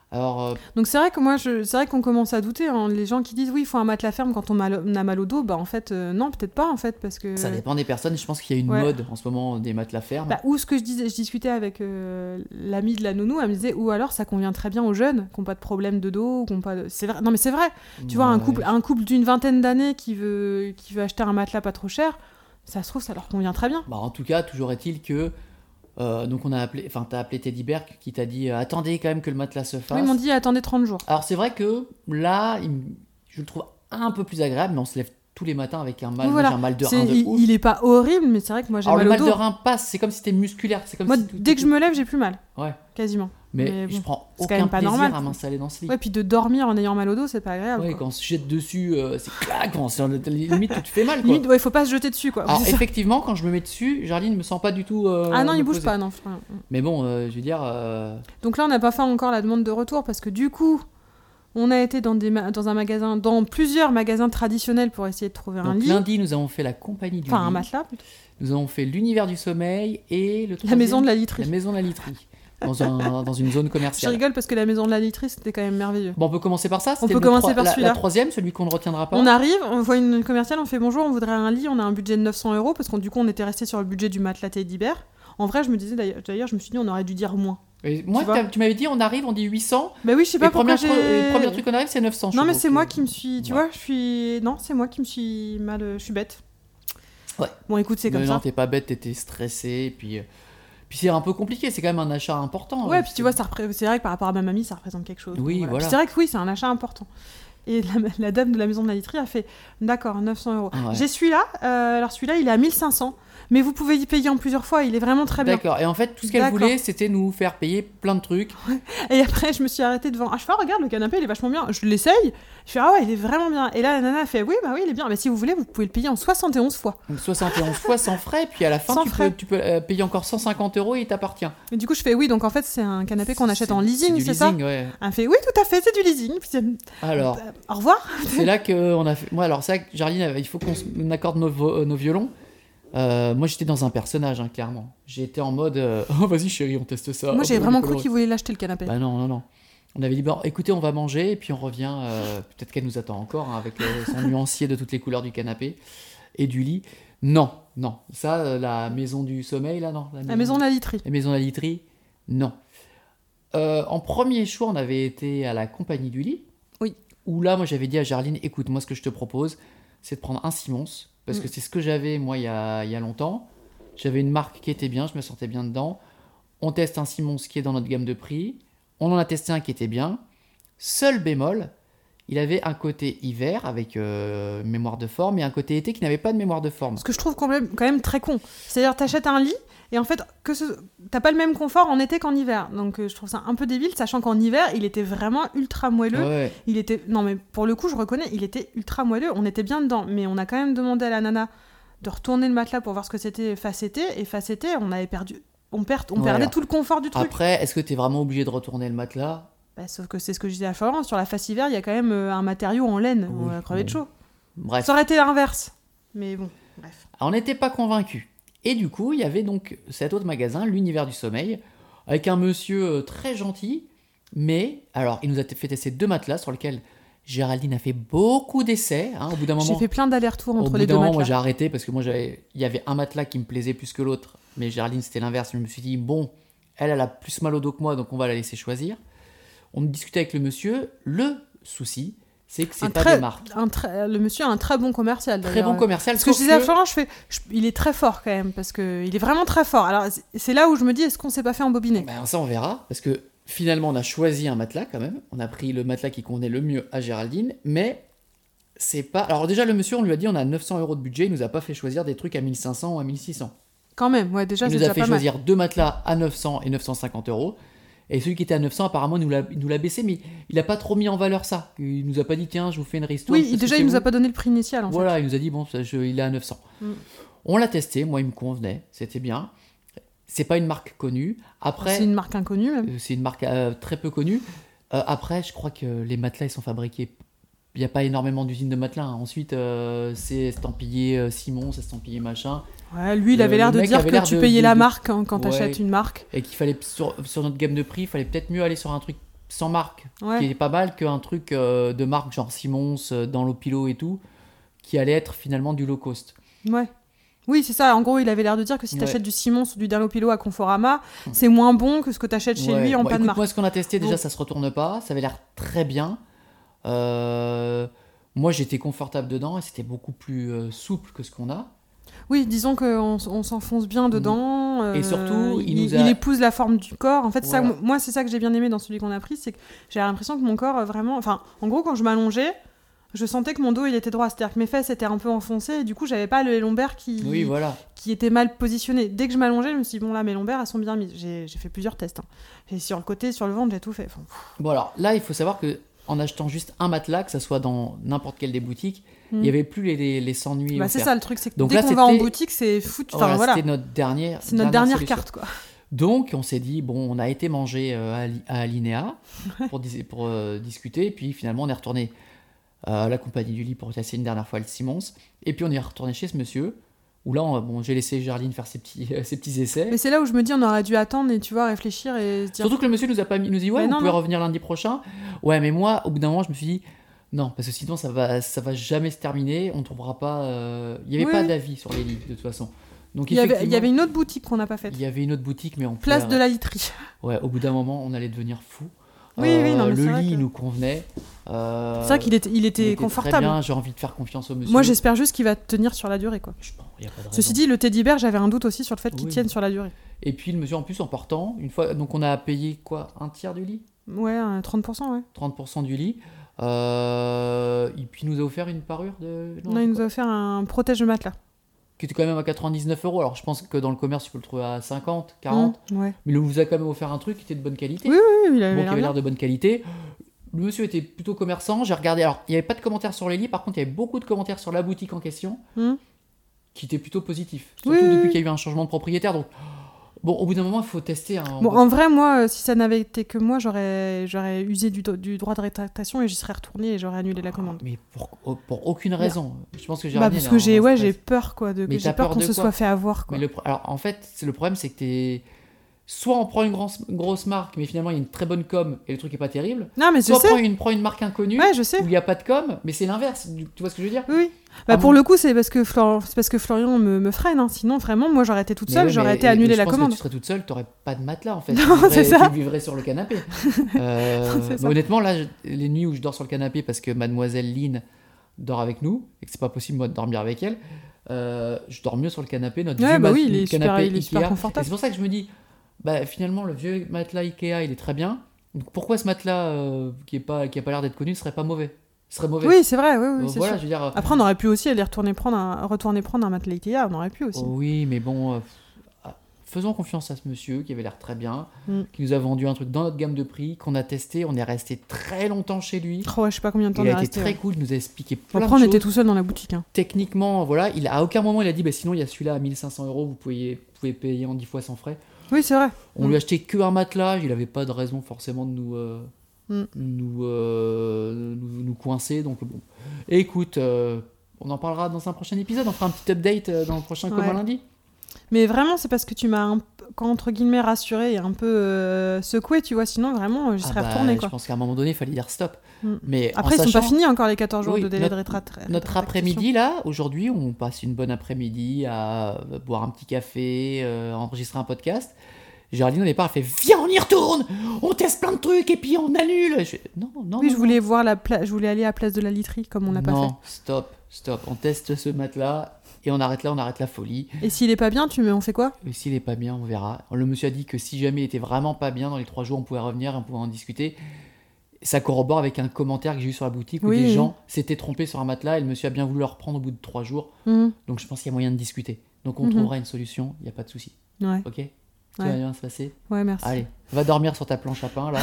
Alors, Donc c'est vrai que c'est vrai qu'on commence à douter. Hein. Les gens qui disent oui, il faut un matelas ferme quand on a mal au dos, bah en fait non, peut-être pas en fait parce que. ça dépend des personnes. Je pense qu'il y a une mode en ce moment des matelas fermes. Ou ce que je discutais avec l'amie de la nounou, elle me disait ou alors ça convient très bien aux jeunes qui n'ont pas de problème de dos, qui ont pas. C'est vrai. Non mais c'est vrai. Tu vois un couple d'une vingtaine d'années qui veut acheter un matelas pas trop cher, ça se trouve ça leur convient très bien. Bah en tout cas, toujours est-il que. Donc t'as appelé Teddy Bear qui t'a dit attendez quand même que le matelas se fasse. Oui, ils m'ont dit attendez 30 jours. Alors c'est vrai que là, je le trouve un peu plus agréable, mais on se lève tous les matins avec un mal, oui, voilà. J'ai un mal de rein de ouf. Il est pas horrible, mais c'est vrai que moi j'ai mal au dos. Le mal de rein passe, c'est comme si c'était musculaire. C'est comme moi, si dès que je me lève, j'ai plus mal. Ouais. Quasiment. Mais bon, je prends c'est aucun quand même pas plaisir normal, à m'installer dans ce lit. Ouais, puis de dormir en ayant mal au dos, c'est pas agréable. Ouais, quoi. quand on se jette dessus, c'est clac, limite tu te fais mal. Quoi. Limite, ouais, faut pas se jeter dessus, quoi. Alors effectivement, quand je me mets dessus, Jarline me sent pas du tout. Ah non, il bouge pas, non. Mais bon, je veux dire. Donc là, on n'a pas fait encore la demande de retour parce que du coup, on a été dans un magasin, dans plusieurs magasins traditionnels pour essayer de trouver un lit. Lundi, nous avons fait la compagnie du lit. Un matelas plutôt. Nous avons fait l'univers du sommeil et la maison de la literie. La maison de la literie. Dans une zone commerciale. Je rigole parce que la maison de la literie, c'était quand même merveilleux. Bon, on peut commencer par ça. On peut commencer par celui-là. La troisième, celui qu'on ne retiendra pas. On arrive, on voit une commerciale, on fait bonjour, on voudrait un lit, on a un budget de 900 € parce qu'on du coup on était resté sur le budget du matelas Teddy Bear. En vrai, je me disais d'ailleurs, je me suis dit on aurait dû dire moins. Et moi, tu m'avais dit on arrive, on dit 800. Bah oui, je sais pas pourquoi Le premier truc qu'on arrive, c'est 900. Non, mais c'est moi qui me suis. Tu vois, Non, c'est moi qui me suis mal. Je suis bête. Ouais. Bon, écoute, c'est comme ça. Non, t'es pas bête, t'étais stressée, puis c'est un peu compliqué, c'est quand même un achat important. Ouais, puis tu vois, c'est vrai que par rapport à ma mamie, ça représente quelque chose. Oui, voilà. C'est vrai que oui, c'est un achat important. Et la dame de la maison de la literie a fait d'accord, 900 €. Ouais. J'ai celui-là, alors celui-là, il est à 1500. Mais vous pouvez y payer en plusieurs fois, il est vraiment très bien. D'accord, et en fait, tout ce qu'elle voulait, c'était nous faire payer plein de trucs. Ouais. Et après, je me suis arrêtée devant. Je fais, regarde, le canapé, il est vachement bien. Je l'essaye. Je fais, ah ouais, il est vraiment bien. Et là, la nana a fait, oui, bah oui, il est bien. Mais si vous voulez, vous pouvez le payer en 71 fois. Donc 71 fois sans frais, puis à la fin, tu peux payer encore 150 € et il t'appartient. Mais du coup, je fais, oui, donc en fait, c'est un canapé qu'on achète en leasing, c'est ça ? Ouais. Elle fait, oui, tout à fait, c'est du leasing. Puis, alors, au revoir. C'est là qu'on a fait. Moi, alors, c'est là que Jarline, il faut qu'on accorde nos violons. Moi j'étais dans un personnage clairement. J'ai été en mode oh vas-y chérie on teste ça. Moi j'avais vraiment cru qu'il voulait l'acheter le canapé. Bah non. On avait dit bon écoutez on va manger et puis on revient. Peut-être qu'elle nous attend encore avec son nuancier de toutes les couleurs du canapé et du lit. Non ça la maison du sommeil là non. La maison de la literie. La maison de la literie non. En premier choix on avait été à la compagnie du lit. Oui. Où là moi j'avais dit à Jarline écoute moi ce que je te propose c'est de prendre un Simons. Parce que c'est ce que j'avais, moi, il y a longtemps. J'avais une marque qui était bien, je me sentais bien dedans. On teste un Simons qui est dans notre gamme de prix. On en a testé un qui était bien. Seul bémol, il avait un côté hiver avec mémoire de forme et un côté été qui n'avait pas de mémoire de forme. Ce que je trouve quand même très con. C'est-à-dire, t'achètes un lit et en fait, t'as pas le même confort en été qu'en hiver. Donc je trouve ça un peu débile, sachant qu'en hiver, il était vraiment ultra moelleux. Ouais. Non mais pour le coup, je reconnais, il était ultra moelleux. On était bien dedans, mais on a quand même demandé à la nana de retourner le matelas pour voir ce que c'était face été. Et face été, on avait perdu... On perdait tout le confort du truc. Après, est-ce que t'es vraiment obligé de retourner le matelas ? Sauf que c'est ce que je disais à Florence, sur la face hiver, il y a quand même un matériau en laine. Oui, on va crever de chaud. Bref. Ça aurait été l'inverse. Mais bon, bref. Alors, on n'était pas convaincus. Et du coup, il y avait donc cet autre magasin, l'univers du sommeil, avec un monsieur très gentil, mais alors il nous a fait tester 2 matelas sur lesquels Géraldine a fait beaucoup d'essais. Au bout d'un moment, j'ai fait plein d'allers-retours entre les deux matelas. Au bout d'un moment, moi j'ai arrêté parce que moi il y avait un matelas qui me plaisait plus que l'autre, mais Géraldine c'était l'inverse. Je me suis dit bon, elle a plus mal au dos que moi, donc on va la laisser choisir. On discutait avec le monsieur. Le souci, c'est que c'est pas des marques. Le monsieur a un très bon commercial. Très bon commercial. Parce que je disais à Florent, il est très fort quand même, parce qu'il est vraiment très fort. Alors c'est là où je me dis, est-ce qu'on s'est pas fait embobiner ? Ça on verra, parce que finalement on a choisi un matelas quand même. On a pris le matelas qui convenait le mieux à Géraldine, mais c'est pas... Alors déjà le monsieur, on lui a dit on a 900 € de budget, il nous a pas fait choisir des trucs à 1500 ou à 1600. Quand même, ouais, déjà il c'est nous a déjà fait pas choisir mal. 2 matelas à 900 et 950 €. Et celui qui était à 900, apparemment, il nous l'a baissé, mais il n'a pas trop mis en valeur ça. Il nous a pas dit, tiens, je vous fais une ristourne. Oui, déjà, il nous a pas donné le prix initial, en fait. Voilà, il nous a dit, bon, il est à 900. On l'a testé, moi, il me convenait, c'était bien. C'est pas une marque connue. Après, c'est une marque inconnue, même. C'est une marque très peu connue. Après, je crois que les matelas, ils sont fabriqués... Il n'y a pas énormément d'usines de matelas. Ensuite, c'est estampillé Simons, c'est estampillé machin. Ouais, lui, il avait l'air de dire que tu payais la marque quand t'achètes une marque. Et qu'il fallait, sur notre gamme de prix, il fallait peut-être mieux aller sur un truc sans marque, qui est pas mal qu'un truc de marque genre Simons, dans l'Opilo et tout, qui allait être finalement du low cost. Ouais. Oui, c'est ça. En gros, il avait l'air de dire que si t'achètes du Simons ou du Dunlopillo à Conforama, c'est moins bon que ce que t'achètes chez lui en pas de marque. Moi, ce qu'on a testé, déjà, ça se retourne pas. Ça avait l'air très bien. Moi, j'étais confortable dedans et c'était beaucoup plus souple que ce qu'on a. Oui, disons qu'on s'enfonce bien dedans. Et surtout, il épouse la forme du corps. En fait, ça, moi, c'est ça que j'ai bien aimé dans celui qu'on a pris, c'est que j'ai l'impression que mon corps vraiment... Enfin, en gros, quand je m'allongeais, je sentais que mon dos il était droit, c'est-à-dire que mes fesses étaient un peu enfoncées et du coup j'avais pas le lombaire qui était mal positionné. Dès que je m'allongeais, je me suis dit bon là mes lombaires elles sont bien mises. J'ai fait plusieurs tests. J'ai sur le côté, sur le ventre, j'ai tout fait. Bon alors là il faut savoir que en achetant juste un matelas, que ça soit dans n'importe quelle des boutiques, il y avait plus les 100 nuits. Bah c'est ça le truc, c'est que donc dès qu'on va en boutique c'est foutu. Voilà. C'était notre dernière carte quoi. Donc on s'est dit bon on a été manger à Alinéa pour discuter et puis finalement on est retourné la compagnie du lit pour tester une dernière fois le Simons et puis on est retourné chez ce monsieur où là j'ai laissé Géraldine faire ses petits essais, mais c'est là où je me dis on aurait dû attendre et tu vois réfléchir et se dire... surtout que le monsieur nous dit ouais vous pouvez revenir lundi prochain. Ouais mais moi au bout d'un moment je me suis dit non parce que sinon ça va jamais se terminer, on trouvera pas il y avait pas d'avis sur les lits de toute façon. Donc, il y avait une autre boutique qu'on n'a pas faite. Il y avait une autre boutique mais Place de la Literie. Ouais, au bout d'un moment on allait devenir fou. Oui, non, mais le lit nous convenait. C'est vrai qu'il était confortable. Très bien, j'ai envie de faire confiance au monsieur. Moi, j'espère juste qu'il va tenir sur la durée, quoi. Y a pas de raison. Ceci dit, le teddy bear, j'avais un doute aussi sur le fait qu'il tienne sur la durée. Et puis le monsieur, en plus, en portant, une fois, donc on a payé quoi, un tiers du lit ? Ouais, 30%, ouais. 30% du lit. Et puis il nous a offert une parure de. Non, il nous a offert un protège de matelas. Qui était quand même à 99 €. Alors je pense que dans le commerce, tu peux le trouver à 50, 40. Ouais. Mais il nous a quand même offert un truc qui était de bonne qualité. Oui, il avait l'air de bonne qualité. Le monsieur était plutôt commerçant. J'ai regardé. Alors, il n'y avait pas de commentaires sur les lits. Par contre, il y avait beaucoup de commentaires sur la boutique en question qui étaient plutôt positifs. Surtout depuis qu'il y a eu un changement de propriétaire. Donc, bon, au bout d'un moment, il faut tester. Bon, en vrai, moi, si ça n'avait été que moi, j'aurais usé du droit de rétractation et j'y serais retourné et j'aurais annulé la commande. Mais pour aucune raison. Je pense que j'ai parce que j'ai peur, quoi. J'ai peur qu'on se soit fait avoir, quoi. Mais alors, en fait, le problème, c'est que soit on prend une grosse marque, mais finalement il y a une très bonne com et le truc est pas terrible. Non, mais soit on prend une marque inconnue où il n'y a pas de com, mais c'est l'inverse. Tu vois ce que je veux dire ? Oui. Pour le coup, c'est parce que Florian me freine. Hein. Sinon, vraiment, moi j'aurais été toute seule, j'aurais été annulée la commande. Que tu serais toute seule, t'aurais pas de matelas en fait. Non, c'est ça. Tu vivrais sur le canapé. Mais honnêtement, là, les nuits où je dors sur le canapé parce que mademoiselle Lynn dort avec nous et que c'est pas possible moi de dormir avec elle, je dors mieux sur le canapé. Notre vieux il est super confortable. Et c'est pour ça que je me dis. Finalement, le vieux matelas Ikea, il est très bien. Donc pourquoi ce matelas qui a pas l'air d'être connu ne serait pas mauvais ? Ce serait mauvais. Oui, c'est vrai. Oui, c'est voilà, sûr. Je veux dire, après, on aurait pu aussi aller retourner prendre un matelas Ikea. On aurait pu aussi. Oui, mais bon, faisons confiance à ce monsieur qui avait l'air très bien, qui nous a vendu un truc dans notre gamme de prix, qu'on a testé. On est resté très longtemps chez lui. Je sais pas combien de temps on est resté. Il a été très cool. Il nous a expliqué plein de choses. Après, on était tout seul dans la boutique. Hein. Techniquement, voilà, à aucun moment il a dit sinon il y a celui-là à 1500 €. Vous pouvez payer en 10 fois sans frais. Oui, c'est vrai. On lui a acheté que un matelas, il n'avait pas de raison forcément de nous coincer. Donc bon. Et écoute, on en parlera dans un prochain épisode, on fera un petit update dans le prochain Comme un lundi. Mais vraiment, c'est parce que tu m'as entre guillemets rassuré et un peu secoué, tu vois, sinon vraiment j'y serais retourné. Je pense qu'à un moment donné, il fallait dire stop. Mais après, ils sont pas finis encore les 14 jours de délai de rétractation. Notre après-midi, là, aujourd'hui, on passe une bonne après-midi à boire un petit café, enregistrer un podcast. Géraldine, au départ, elle fait « Viens, on y retourne! On teste plein de trucs et puis on annule !» Non. Oui, je voulais aller à Place de la Literie, comme on n'a pas fait. Non, stop. On teste ce matelas et on arrête la folie. Et s'il est pas bien, on fait quoi ? Et s'il est pas bien, on verra. Le monsieur a dit que si jamais il était vraiment pas bien, dans les 3 jours, on pouvait revenir et on pouvait en discuter. Ça corrobore avec un commentaire que j'ai eu sur la boutique où des gens s'étaient trompés sur un matelas et le monsieur a bien voulu le reprendre au bout de 3 jours. Donc je pense qu'il y a moyen de discuter. Donc on trouvera une solution, il n'y a pas de souci. Ouais. Ok ? Ça va bien se passer ? Ouais, merci. Allez, va dormir sur ta planche à pain là.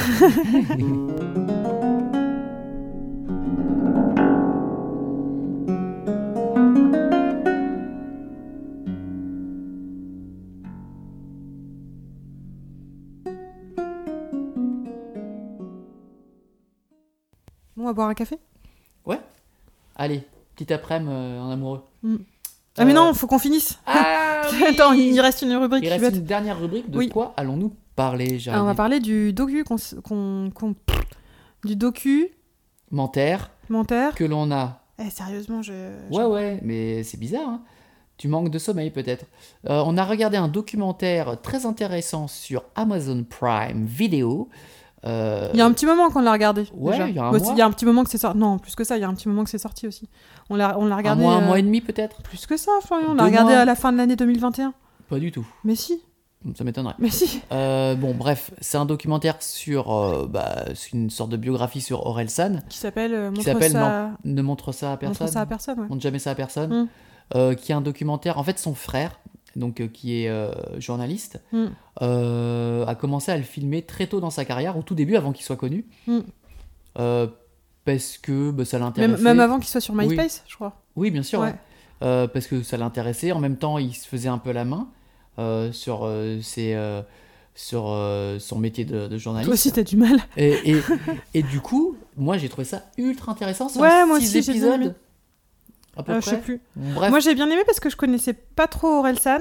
Bon, on va boire un café ? Ouais. Allez, petit après-midi en amoureux. Ah mais non, faut qu'on finisse. Oui. Attends, il reste une rubrique. Il reste une dernière rubrique. De quoi allons-nous parler, Géraldine ? On va parler du docu Du docu Mentaire que l'on a. Sérieusement, Ouais, mais c'est bizarre, hein. Tu manques de sommeil peut-être. On a regardé un documentaire très intéressant sur Amazon Prime Video. Il y a un petit moment qu'on l'a regardé. Ouais, déjà. il y a un mois. Il y a un petit moment que c'est sorti. Non, plus que ça, il y a un petit moment que c'est sorti aussi. On l'a regardé. Un mois et demi peut-être. Plus que ça, Florian. On l'a regardé à la fin de l'année 2021. Pas du tout. Mais si. Ça m'étonnerait. Mais si. Bon, bref, c'est un documentaire sur. C'est une sorte de biographie sur Orelsan. Qui s'appelle Ne montre ça à personne. Montre ça à personne, ouais. Montre jamais ça à personne. Qui est un documentaire. En fait, son frère, donc, qui est journaliste, a commencé à le filmer très tôt dans sa carrière, au tout début, avant qu'il soit connu. Parce que ça l'intéressait. Même avant qu'il soit sur MySpace, je crois. Oui, bien sûr. Ouais. Parce que ça l'intéressait. En même temps, il se faisait un peu la main sur son métier de journaliste. Toi aussi, t'as du mal. Et du coup, moi, j'ai trouvé ça ultra intéressant. C'est moi 6 aussi, épisodes. Je sais plus. Bref. Moi j'ai bien aimé parce que je connaissais pas trop Orelsan.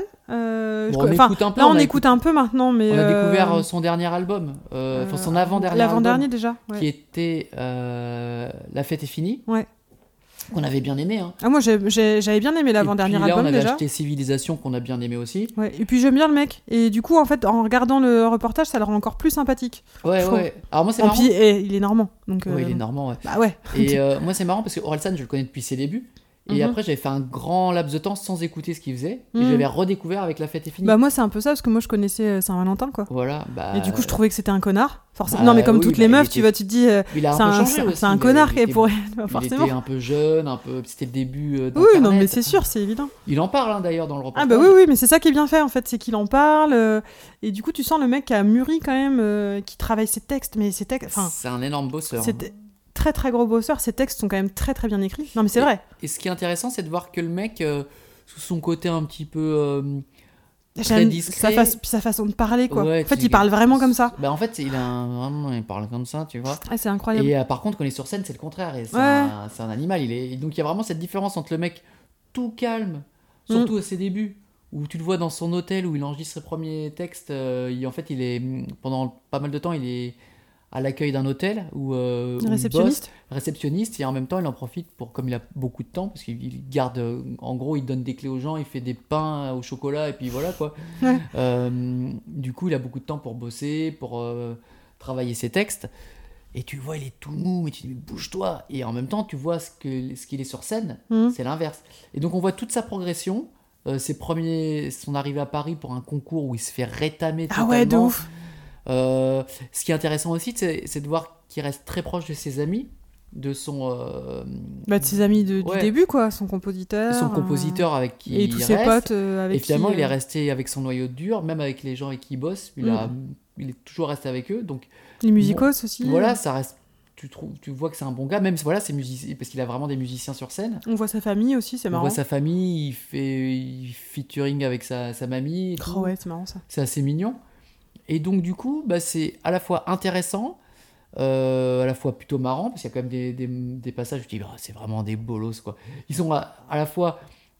On écoute un peu maintenant, mais on a découvert son dernier album, son avant-dernier l'avant-dernier déjà, qui était La fête est finie. Ouais. Qu'on avait bien aimé. Hein. Moi j'avais bien aimé l'avant-dernier album déjà. On avait acheté Civilisation qu'on a bien aimé aussi. Ouais. Et puis j'aime bien le mec. Et du coup en fait en regardant le reportage ça le rend encore plus sympathique. Ouais. Alors moi c'est marrant. Puis il est normand. Donc. Il est normand. Ouais. Bah ouais. Et moi c'est marrant parce que Orelsan je le connais depuis ses débuts. Et après, j'avais fait un grand laps de temps sans écouter ce qu'il faisait. Et j'avais redécouvert avec La fête est finie. Bah, moi, c'est un peu ça, parce que moi, je connaissais Saint-Valentin, quoi. Voilà. Et du coup, je trouvais que c'était un connard. Forcément. Non, mais comme toutes les meufs, tu te dis. C'est un connard qui est pour. Forcément. Il était un peu jeune, c'était le début. Oui, non, mais c'est sûr, c'est évident. Il en parle, d'ailleurs, dans le reportage. Ah, bah oui, mais c'est ça qui est bien fait, en fait. C'est qu'il en parle. Et du coup, tu sens le mec qui a mûri quand même, qui travaille ses textes. Mais ses textes. C'est un énorme bosseur. Très très gros bosseur, ses textes sont quand même très très bien écrits. Non mais c'est vrai. Et ce qui est intéressant, c'est de voir que le mec, sous son côté un petit peu très discret, sa façon de parler quoi. Ouais, en fait, il parle vraiment comme ça. Bah en fait, il parle comme ça, tu vois. C'est incroyable. Et par contre, quand il est sur scène, c'est le contraire. Et c'est un animal. Donc il y a vraiment cette différence entre le mec tout calme, surtout à ses débuts, où tu le vois dans son hôtel où il enregistre ses premiers textes. En fait, il est pendant pas mal de temps, il est à l'accueil d'un hôtel où réceptionniste, et en même temps il en profite comme il a beaucoup de temps parce qu'il garde, en gros il donne des clés aux gens, il fait des pains au chocolat et puis voilà quoi. Du coup il a beaucoup de temps pour bosser, pour travailler ses textes, et tu vois il est tout mou mais tu te dis bouge-toi, et en même temps tu vois ce qu'il est sur scène, c'est l'inverse, et donc on voit toute sa progression, son arrivée à Paris pour un concours où il se fait rétamer totalement. Ah ouais, de ouf. Ce qui est intéressant aussi, c'est de voir qu'il reste très proche de ses amis, de ses amis du début quoi, son compositeur avec qui et tous ses potes avec et finalement il est resté avec son noyau dur, même avec les gens avec qui il bosse, il est toujours resté avec eux, donc les musicos aussi. Voilà, ça reste. Tu vois que c'est un bon gars, même c'est musicien, parce qu'il a vraiment des musiciens sur scène. On voit sa famille aussi, c'est marrant. On voit sa famille, il featuring avec sa mamie et tout. Ouais, c'est marrant ça. C'est assez mignon. Et donc du coup, c'est à la fois intéressant, à la fois plutôt marrant, parce qu'il y a quand même des passages où tu dis c'est vraiment des bolos quoi. Ils sont à la fois,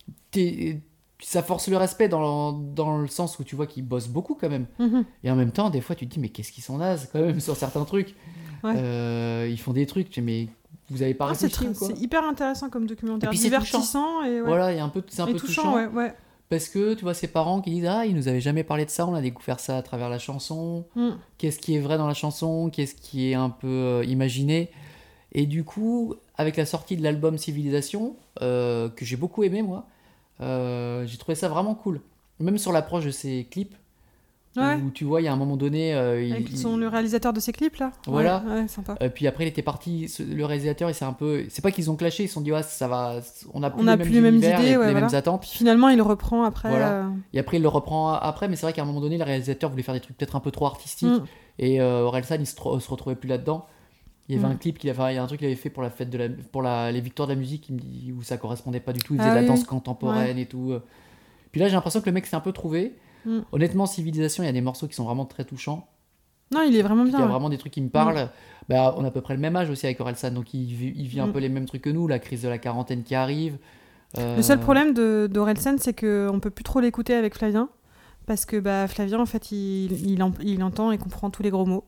ça force le respect dans le sens où tu vois qu'ils bossent beaucoup quand même, et en même temps des fois tu te dis mais qu'est-ce qu'ils sont nazes quand même sur certains trucs. Ils font des trucs, mais vous avez pas réfléchi quoi. C'est hyper intéressant comme documentaire, puis divertissant et voilà, c'est un peu touchant. Ouais. Parce que tu vois ses parents qui disent ils nous avaient jamais parlé de ça, on a découvert ça à travers la chanson. Qu'est-ce qui est vrai dans la chanson, qu'est-ce qui est un peu imaginé. Et du coup, avec la sortie de l'album Civilisation, que j'ai beaucoup aimé moi, j'ai trouvé ça vraiment cool. Même sur l'approche de ses clips, où tu vois il y a un moment donné le réalisateur de ces clips là. Voilà. Ouais, sympa. Puis après il était parti, le réalisateur, c'est pas qu'ils ont clashé, ils se sont dit ça va, on a plus les mêmes idées, les mêmes attentes. Puis finalement il le reprend après. Voilà. Et après il le reprend après, mais c'est vrai qu'à un moment donné le réalisateur voulait faire des trucs peut-être un peu trop artistiques, et Orelsan il se retrouvait plus là-dedans. Il y avait un clip il y a un truc qu'il avait fait pour la fête les victoires de la musique, où ça correspondait pas du tout, il faisait de la danse contemporaine et tout. Puis là j'ai l'impression que le mec s'est un peu trouvé. Honnêtement, Civilisation, il y a des morceaux qui sont vraiment très touchants. Non, il est vraiment bien. Il y a vraiment des trucs qui me parlent. On a à peu près le même âge aussi avec Orelsan, donc il vit un peu les mêmes trucs que nous, la crise de la quarantaine qui arrive. Le seul problème d'Orelsan, c'est qu'on peut plus trop l'écouter avec Flavien, parce que Flavien, en fait, il entend et comprend tous les gros mots.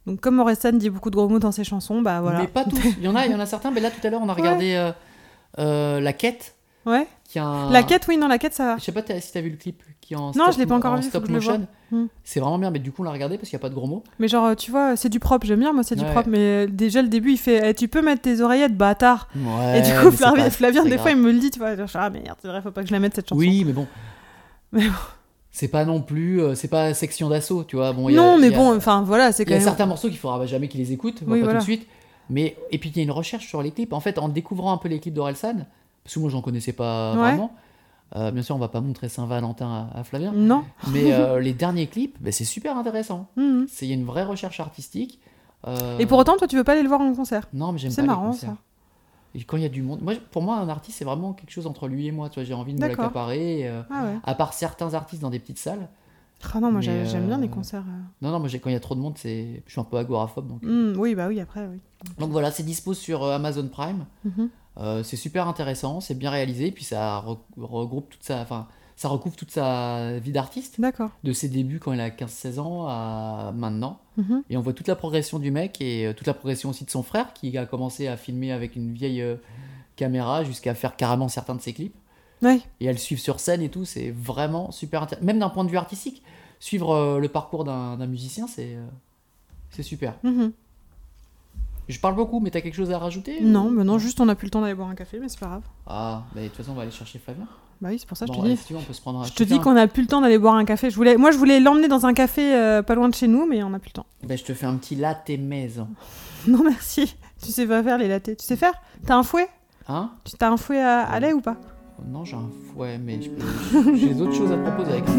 Donc comme Orelsan dit beaucoup de gros mots dans ses chansons, bah voilà. Mais pas tous. Il y en a certains. Mais là, tout à l'heure, on a regardé La Quête. Ouais. Qui a La Quête, oui, non, La Quête, ça va. Je sais pas si t'as vu le clip qui est en non, je l'ai pas encore vu, stop faut que je le motion. C'est vraiment bien, mais du coup, on l'a regardé parce qu'il n'y a pas de gros mots. Mais genre, tu vois, c'est du propre. J'aime bien, moi, c'est du propre. Mais déjà, le début, il fait tu peux mettre tes oreillettes, bâtard. Ouais, et du coup, Flavien, des fois, il me le dit, tu vois. Genre, ah merde, c'est vrai, faut pas que je la mette cette chanson. Oui, mais bon. C'est pas non plus, c'est pas section d'assaut, tu vois. Bon, enfin voilà, c'est quand même. Il y a certains morceaux qu'il faudra jamais qu'ils les écoutent, pas tout de suite. Mais et puis il y a une recherche sur les clips. En fait, en découvrant un peu les clips d'Orelsan, parce que moi j'en connaissais pas vraiment. Bien sûr, on va pas montrer Saint-Valentin à Flavien. Non. Mais les derniers clips, c'est super intéressant. Il y a une vraie recherche artistique. Et pour autant, toi, tu veux pas aller le voir en concert? Non, mais j'aime pas les concerts. C'est marrant ça. Et quand il y a du monde, pour moi, un artiste, c'est vraiment quelque chose entre lui et moi. Tu vois, j'ai envie de me l'accaparer. À part certains artistes dans des petites salles. Ah non, moi j'aime bien les concerts. Non, moi quand il y a trop de monde, je suis un peu agoraphobe. Donc... oui, après, oui. Donc voilà, c'est dispo sur Amazon Prime. C'est super intéressant, c'est bien réalisé, puis ça regroupe toute sa, ça recouvre toute sa vie d'artiste. D'accord. De ses débuts quand il a 15-16 ans à maintenant. Et on voit toute la progression du mec et toute la progression aussi de son frère qui a commencé à filmer avec une vieille caméra jusqu'à faire carrément certains de ses clips. Ouais. Et à le suivre sur scène et tout, c'est vraiment super intéressant. Même d'un point de vue artistique, suivre le parcours d'un musicien, c'est super. Je parle beaucoup, mais t'as quelque chose à rajouter? Non, juste on n'a plus le temps d'aller boire un café, mais c'est pas grave. Ah, mais de toute façon, on va aller chercher Flavien. Bah oui, c'est pour ça que je te dis. Si tu veux, on peut se prendre je te dis qu'on n'a plus le temps d'aller boire un café. Moi, je voulais l'emmener dans un café pas loin de chez nous, mais on n'a plus le temps. Je te fais un petit latte maison. Non, merci. Tu sais pas faire les lattés. Tu sais faire? T'as un fouet? Hein? T'as un fouet à lait ou pas? Non, j'ai un fouet, mais j'ai d'autres choses à te proposer avec.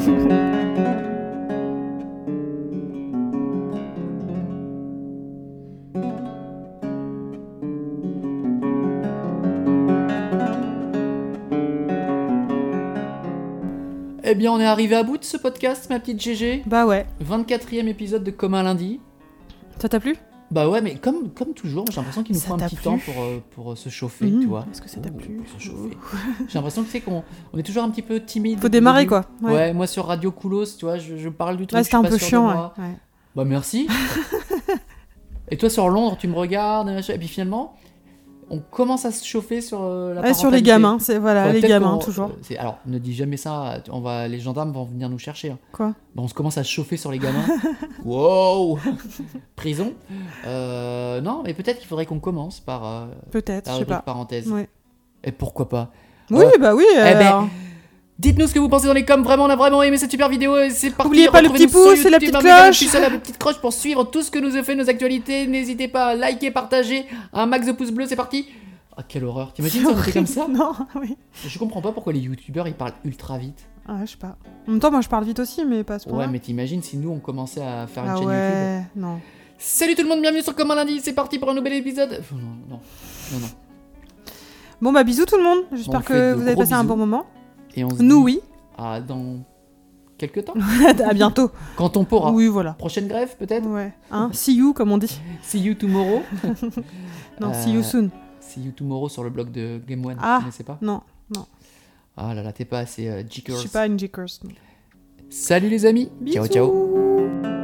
Eh bien, on est arrivé à bout de ce podcast, ma petite GG. Bah ouais. 24e épisode de Comme un lundi. Ça t'a plu? Bah ouais, mais comme toujours, j'ai l'impression qu'il nous faut un petit temps pour se chauffer, tu vois. Est-ce que ça t'a plu? Se chauffer. J'ai l'impression que qu'on est toujours un petit peu timide. Faut démarrer, quoi. Ouais, moi sur Radio Koulos, tu vois, je parle du truc. Ouais, c'était un peu chiant, ouais. Bah merci. Et toi sur Londres, tu me regardes, et puis finalement... On commence à se chauffer sur la parentalité. Sur les gamins, les gamins, toujours. Alors, ne dis jamais ça, les gendarmes vont venir nous chercher. Hein. Quoi? On se commence à se chauffer sur les gamins. Wow. Prison. Non, mais peut-être qu'il faudrait qu'on commence par peut-être, la je sais pas. Parenthèse. Ouais. Et pourquoi pas? Oui, bah oui. Dites-nous ce que vous pensez dans les coms. Vraiment, on a vraiment aimé cette super vidéo. C'est parti. N'oubliez pas le petit pouce et la petite cloche. La petite cloche pour suivre tout ce que nous a fait nos actualités. N'hésitez pas à liker, partager. Un max de pouces bleus, c'est parti. Ah, quelle horreur. T'imagines ça, on était comme ça? Non, oui. Je comprends pas pourquoi les youtubeurs ils parlent ultra vite. Ah, je sais pas. En même temps, moi je parle vite aussi, mais pas à ce point-là. Ouais, mais t'imagines si nous on commençait à faire une chaîne YouTube. Non. Salut tout le monde, bienvenue sur Comme un lundi. C'est parti pour un nouvel épisode. Non. Bon, bah bisous tout le monde. J'espère que vous avez passé un bon moment. Et on se dit... oui. Dans quelques temps. À bientôt. Quand on pourra. Oui, voilà. Prochaine grève, peut-être. Ouais. See you, comme on dit. See you tomorrow. Non, see you soon. See you tomorrow sur le blog de Game One. Ah, tu connaissais pas? Non. Ah là là, t'es pas assez G-Curse. Je suis pas une G-Curse. Salut les amis. Bisous. Ciao.